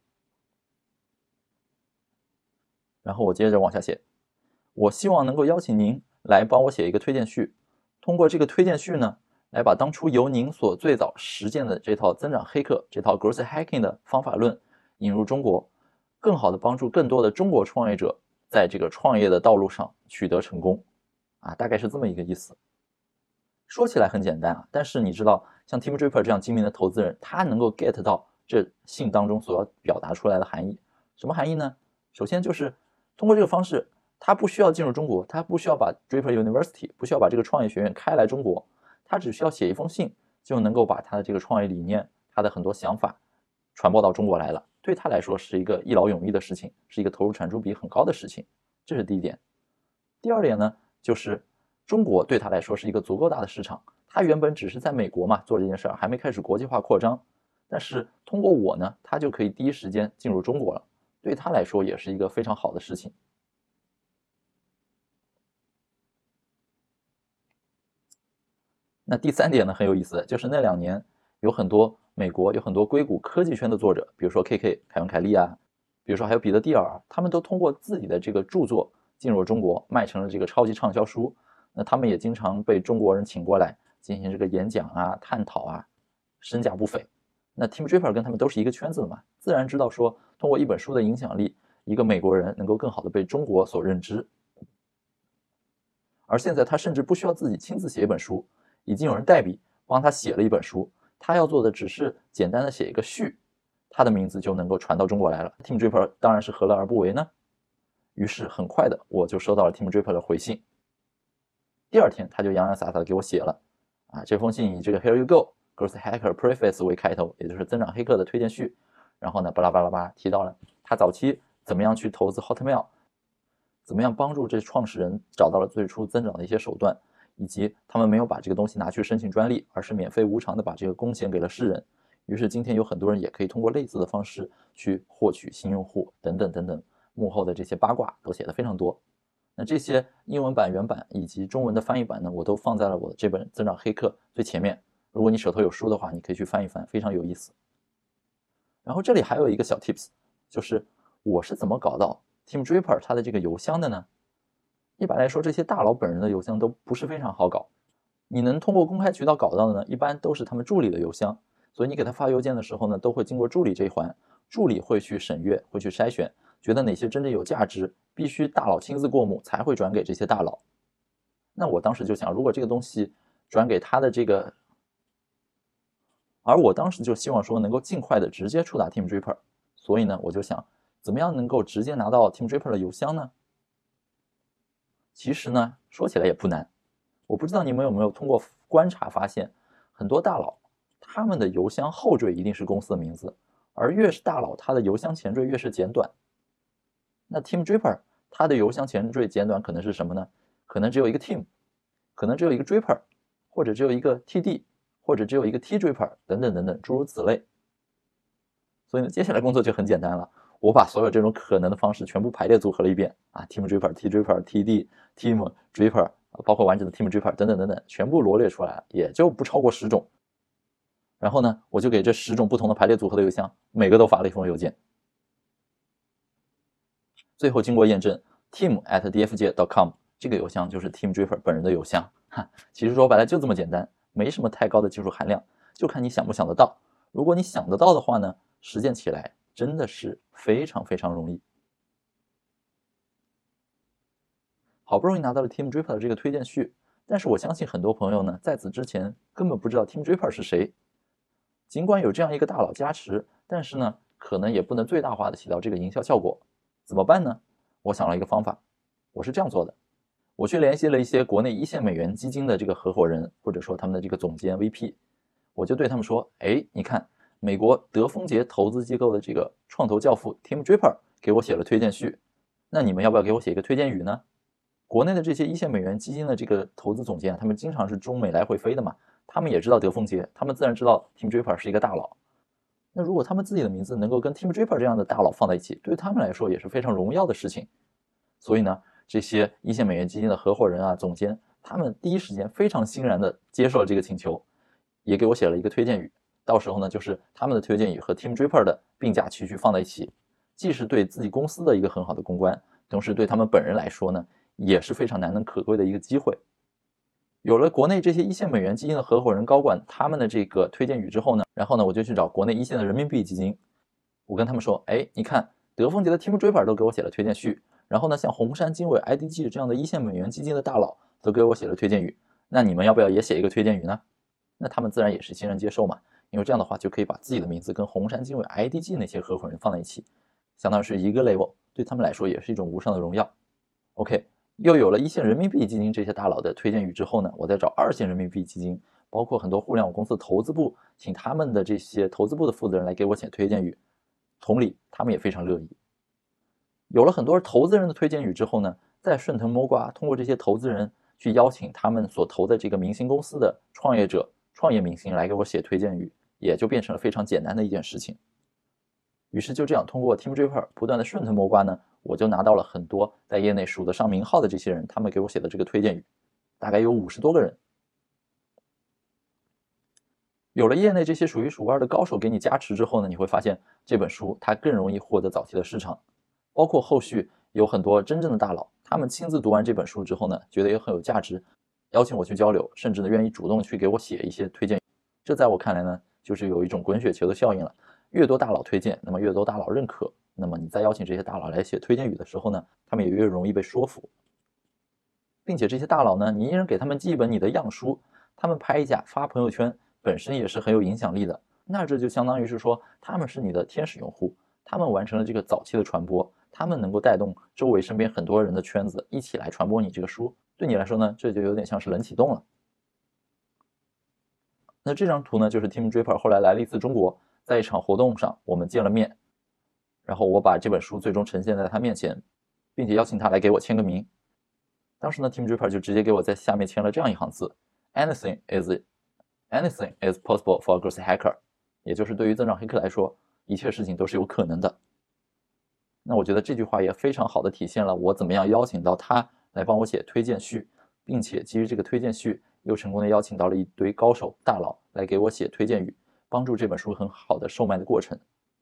然后我接着往下写，我希望能够邀请您来帮我写一个推荐序，通过这个推荐序呢，来把当初由您所最早实践的这套增长黑客、这套 growth hacking 的方法论引入中国，更好的帮助更多的中国创业者在这个创业的道路上取得成功。大概是这么一个意思。说起来很简单但是你知道，像 Tim Draper 这样精明的投资人，他能够 get 到这信当中所要表达出来的含义。什么含义呢？首先就是通过这个方式，他不需要进入中国，他不需要把 Draper University， 不需要把这个创业学院开来中国，他只需要写一封信，就能够把他的这个创业理念，他的很多想法传播到中国来了。对他来说是一个一劳永逸的事情，是一个投入产出比很高的事情。这是第一点。第二点呢，就是中国对他来说是一个足够大的市场，他原本只是在美国嘛做这件事儿，还没开始国际化扩张，但是通过我呢，他就可以第一时间进入中国了，对他来说也是一个非常好的事情。那第三点呢，很有意思，就是那2年有很多美国有很多硅谷科技圈的作者，比如说 KK 凯文凯利比如说还有彼得蒂尔，他们都通过自己的这个著作进入中国，卖成了这个超级畅销书。那他们也经常被中国人请过来进行这个演讲探讨身价不菲。那 Tim Draper 跟他们都是一个圈子的嘛，自然知道说通过一本书的影响力，一个美国人能够更好的被中国所认知。而现在他甚至不需要自己亲自写一本书，已经有人代笔帮他写了一本书， 他要做的只是简单的写一个序，他的名字就能够传到中国来了。Tim Draper 当然是何乐而不为呢？于是很快的我就收到了 Tim Draper 的回信。第二天他就洋洋洒洒的给我写了这封信以这个 Here you go Growth Hacker Preface 为开头，也就是增长黑客的推荐序。然后呢巴拉巴拉巴拉提到了他早期怎么样去投资 Hotmail， 怎么样帮助这创始人找到了最初增长的一些手段，以及他们没有把这个东西拿去申请专利，而是免费无偿的把这个贡献给了世人。于是今天有很多人也可以通过类似的方式去获取新用户等等等等，幕后的这些八卦都写得非常多。那这些英文版原版以及中文的翻译版呢，我都放在了我的这本增长黑客最前面。如果你手头有书的话，你可以去翻一翻，非常有意思。然后这里还有一个小 tips， 就是我是怎么搞到 Tim Draper 他的这个邮箱的呢？一般来说，这些大佬本人的邮箱都不是非常好搞。你能通过公开渠道搞到的呢，一般都是他们助理的邮箱。所以你给他发邮件的时候呢，都会经过助理这一环，助理会去审阅，会去筛选，觉得哪些真正有价值，必须大佬亲自过目才会转给这些大佬。那我当时就想，如果这个东西转给他的这个，而我当时就希望说能够尽快的直接触达 Tim Draper， 所以呢，我就想怎么样能够直接拿到 Tim Draper 的邮箱呢？其实呢，说起来也不难。我不知道你们有没有通过观察发现，很多大佬他们的邮箱后缀一定是公司的名字，而越是大佬，他的邮箱前缀越是简短。那 Tim Draper 他的邮箱前缀简短可能是什么呢？可能只有一个 Tim， 可能只有一个 Draper， 或者只有一个 TD， 或者只有一个 T Draper 等等等等，诸如此类。所以呢，接下来工作就很简单了，我把所有这种可能的方式全部排列组合了一遍Tim Draper、T Draper、TD、Tim Draper， 包括完整的 Tim Draper 等等等等，全部罗列出来，也就不超过10种。然后呢，我就给这10种不同的排列组合的邮箱，每个都发了一封邮件。最后经过验证 ，tim@dfj.com 这个邮箱就是 Tim Draper 本人的邮箱。其实说白了就这么简单，没什么太高的技术含量，就看你想不想得到。如果你想得到的话呢，实践起来真的是非常非常容易。好不容易拿到了 Tim Draper 的这个推荐序，但是我相信很多朋友呢，在此之前根本不知道 Tim Draper 是谁。尽管有这样一个大佬加持，但是呢，可能也不能最大化的起到这个营销效果。怎么办呢？我想了一个方法，我是这样做的：我去联系了一些国内1线美元基金的这个合伙人，或者说他们的这个总监 VP， 我就对他们说，你看，美国德丰杰投资机构的这个创投教父 Tim Draper 给我写了推荐序，那你们要不要给我写一个推荐语呢？国内的这些1线美元基金的这个投资总监，他们经常是中美来回飞的嘛，他们也知道德丰杰，他们自然知道 Tim Draper 是一个大佬。那如果他们自己的名字能够跟 Tim Draper 这样的大佬放在一起，对他们来说也是非常荣耀的事情。所以呢，这些1线美元基金的合伙人总监，他们第一时间非常欣然的接受了这个请求，也给我写了一个推荐语。到时候呢，就是他们的推荐语和 Tim Draper 的并驾齐驱放在一起，既是对自己公司的一个很好的公关，同时对他们本人来说呢，也是非常难能可贵的一个机会。有了国内这些1线美元基金的合伙人高管他们的这个推荐语之后呢，然后呢，我就去找国内1线的人民币基金，我跟他们说，你看德丰杰的 Tim Draper 都给我写了推荐序，然后呢，像红杉、经纬、IDG 这样的1线美元基金的大佬都给我写了推荐语，那你们要不要也写一个推荐语呢？那他们自然也是欣然接受嘛，因为这样的话就可以把自己的名字跟红杉、经纬、IDG 那些合伙人放在一起，相当于是一个 level， 对他们来说也是一种无上的荣耀。OK。又有了1线人民币基金这些大佬的推荐语之后呢，我再找2线人民币基金，包括很多互联网公司的投资部，请他们的这些投资部的负责人来给我写推荐语，同理他们也非常乐意。有了很多投资人的推荐语之后呢，再顺藤摸瓜，通过这些投资人去邀请他们所投的这个明星公司的创业者、创业明星来给我写推荐语，也就变成了非常简单的一件事情。于是就这样，通过 Tim Draper 不断的顺藤摸瓜呢，我就拿到了很多在业内数得上名号的这些人，他们给我写的这个推荐语，大概有50多个人。有了业内这些数一数二的高手给你加持之后呢，你会发现这本书它更容易获得早期的市场，包括后续有很多真正的大佬，他们亲自读完这本书之后呢，觉得也很有价值，邀请我去交流，甚至呢愿意主动去给我写一些推荐语。这在我看来呢，就是有一种滚雪球的效应了。越多大佬推荐，那么越多大佬认可，那么你再邀请这些大佬来写推荐语的时候呢，他们也越容易被说服。并且这些大佬呢，你一人给他们寄一本你的样书，他们拍一下发朋友圈， 本身也是很有影响力的。那这就相当于是说，他们是你的天使用户，他们完成了这个早期的传播，他们能够带动周围身边很多人的圈子一起来传播你这个书。对你来说呢，这就有点像是冷启动了。那这张图呢，就是 Tim Draper 后来来了一次中国，在一场活动上我们见了面，然后我把这本书最终呈现在他面前，并且邀请他来给我签个名。当时呢 Tim Draper 就直接给我在下面签了这样一行字 Anything is possible for a growth hacker， 也就是对于增长黑客来说，一切事情都是有可能的。那我觉得这句话也非常好的体现了我怎么样邀请到他来帮我写推荐序，并且基于这个推荐序又成功的邀请到了一堆高手大佬来给我写推荐语，帮助这本书很好的售卖的过程。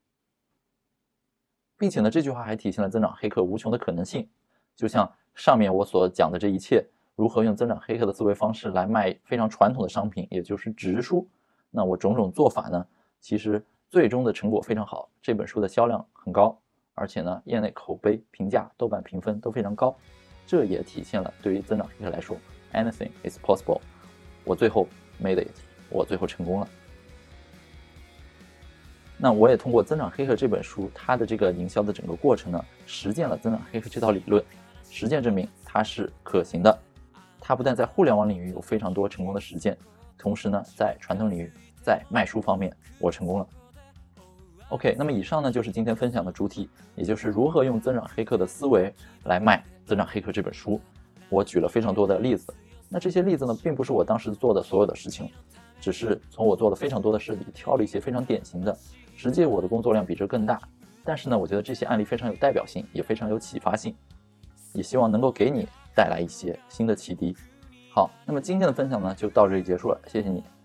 并且呢，这句话还体现了增长黑客无穷的可能性。就像上面我所讲的这一切，如何用增长黑客的思维方式来卖非常传统的商品，也就是纸质书，那我种种做法呢，其实最终的成果非常好，这本书的销量很高，而且呢，业内口碑评价、豆瓣评分都非常高。这也体现了对于增长黑客来说 anything is possible， 我最后 made it， 我最后成功了。那我也通过《增长黑客》这本书，它的这个营销的整个过程呢，实践了增长黑客这套理论，实践证明它是可行的。它不但在互联网领域有非常多成功的实践，同时呢，在传统领域，在卖书方面，我成功了。OK， 那么以上呢就是今天分享的主体，也就是如何用增长黑客的思维来卖《增长黑客》这本书。我举了非常多的例子，那这些例子呢，并不是我当时做的所有的事情，只是从我做的非常多的事里挑了一些非常典型的。实际我的工作量比这更大，但是呢，我觉得这些案例非常有代表性，也非常有启发性，也希望能够给你带来一些新的启迪。好，那么今天的分享呢，就到这里结束了，谢谢你。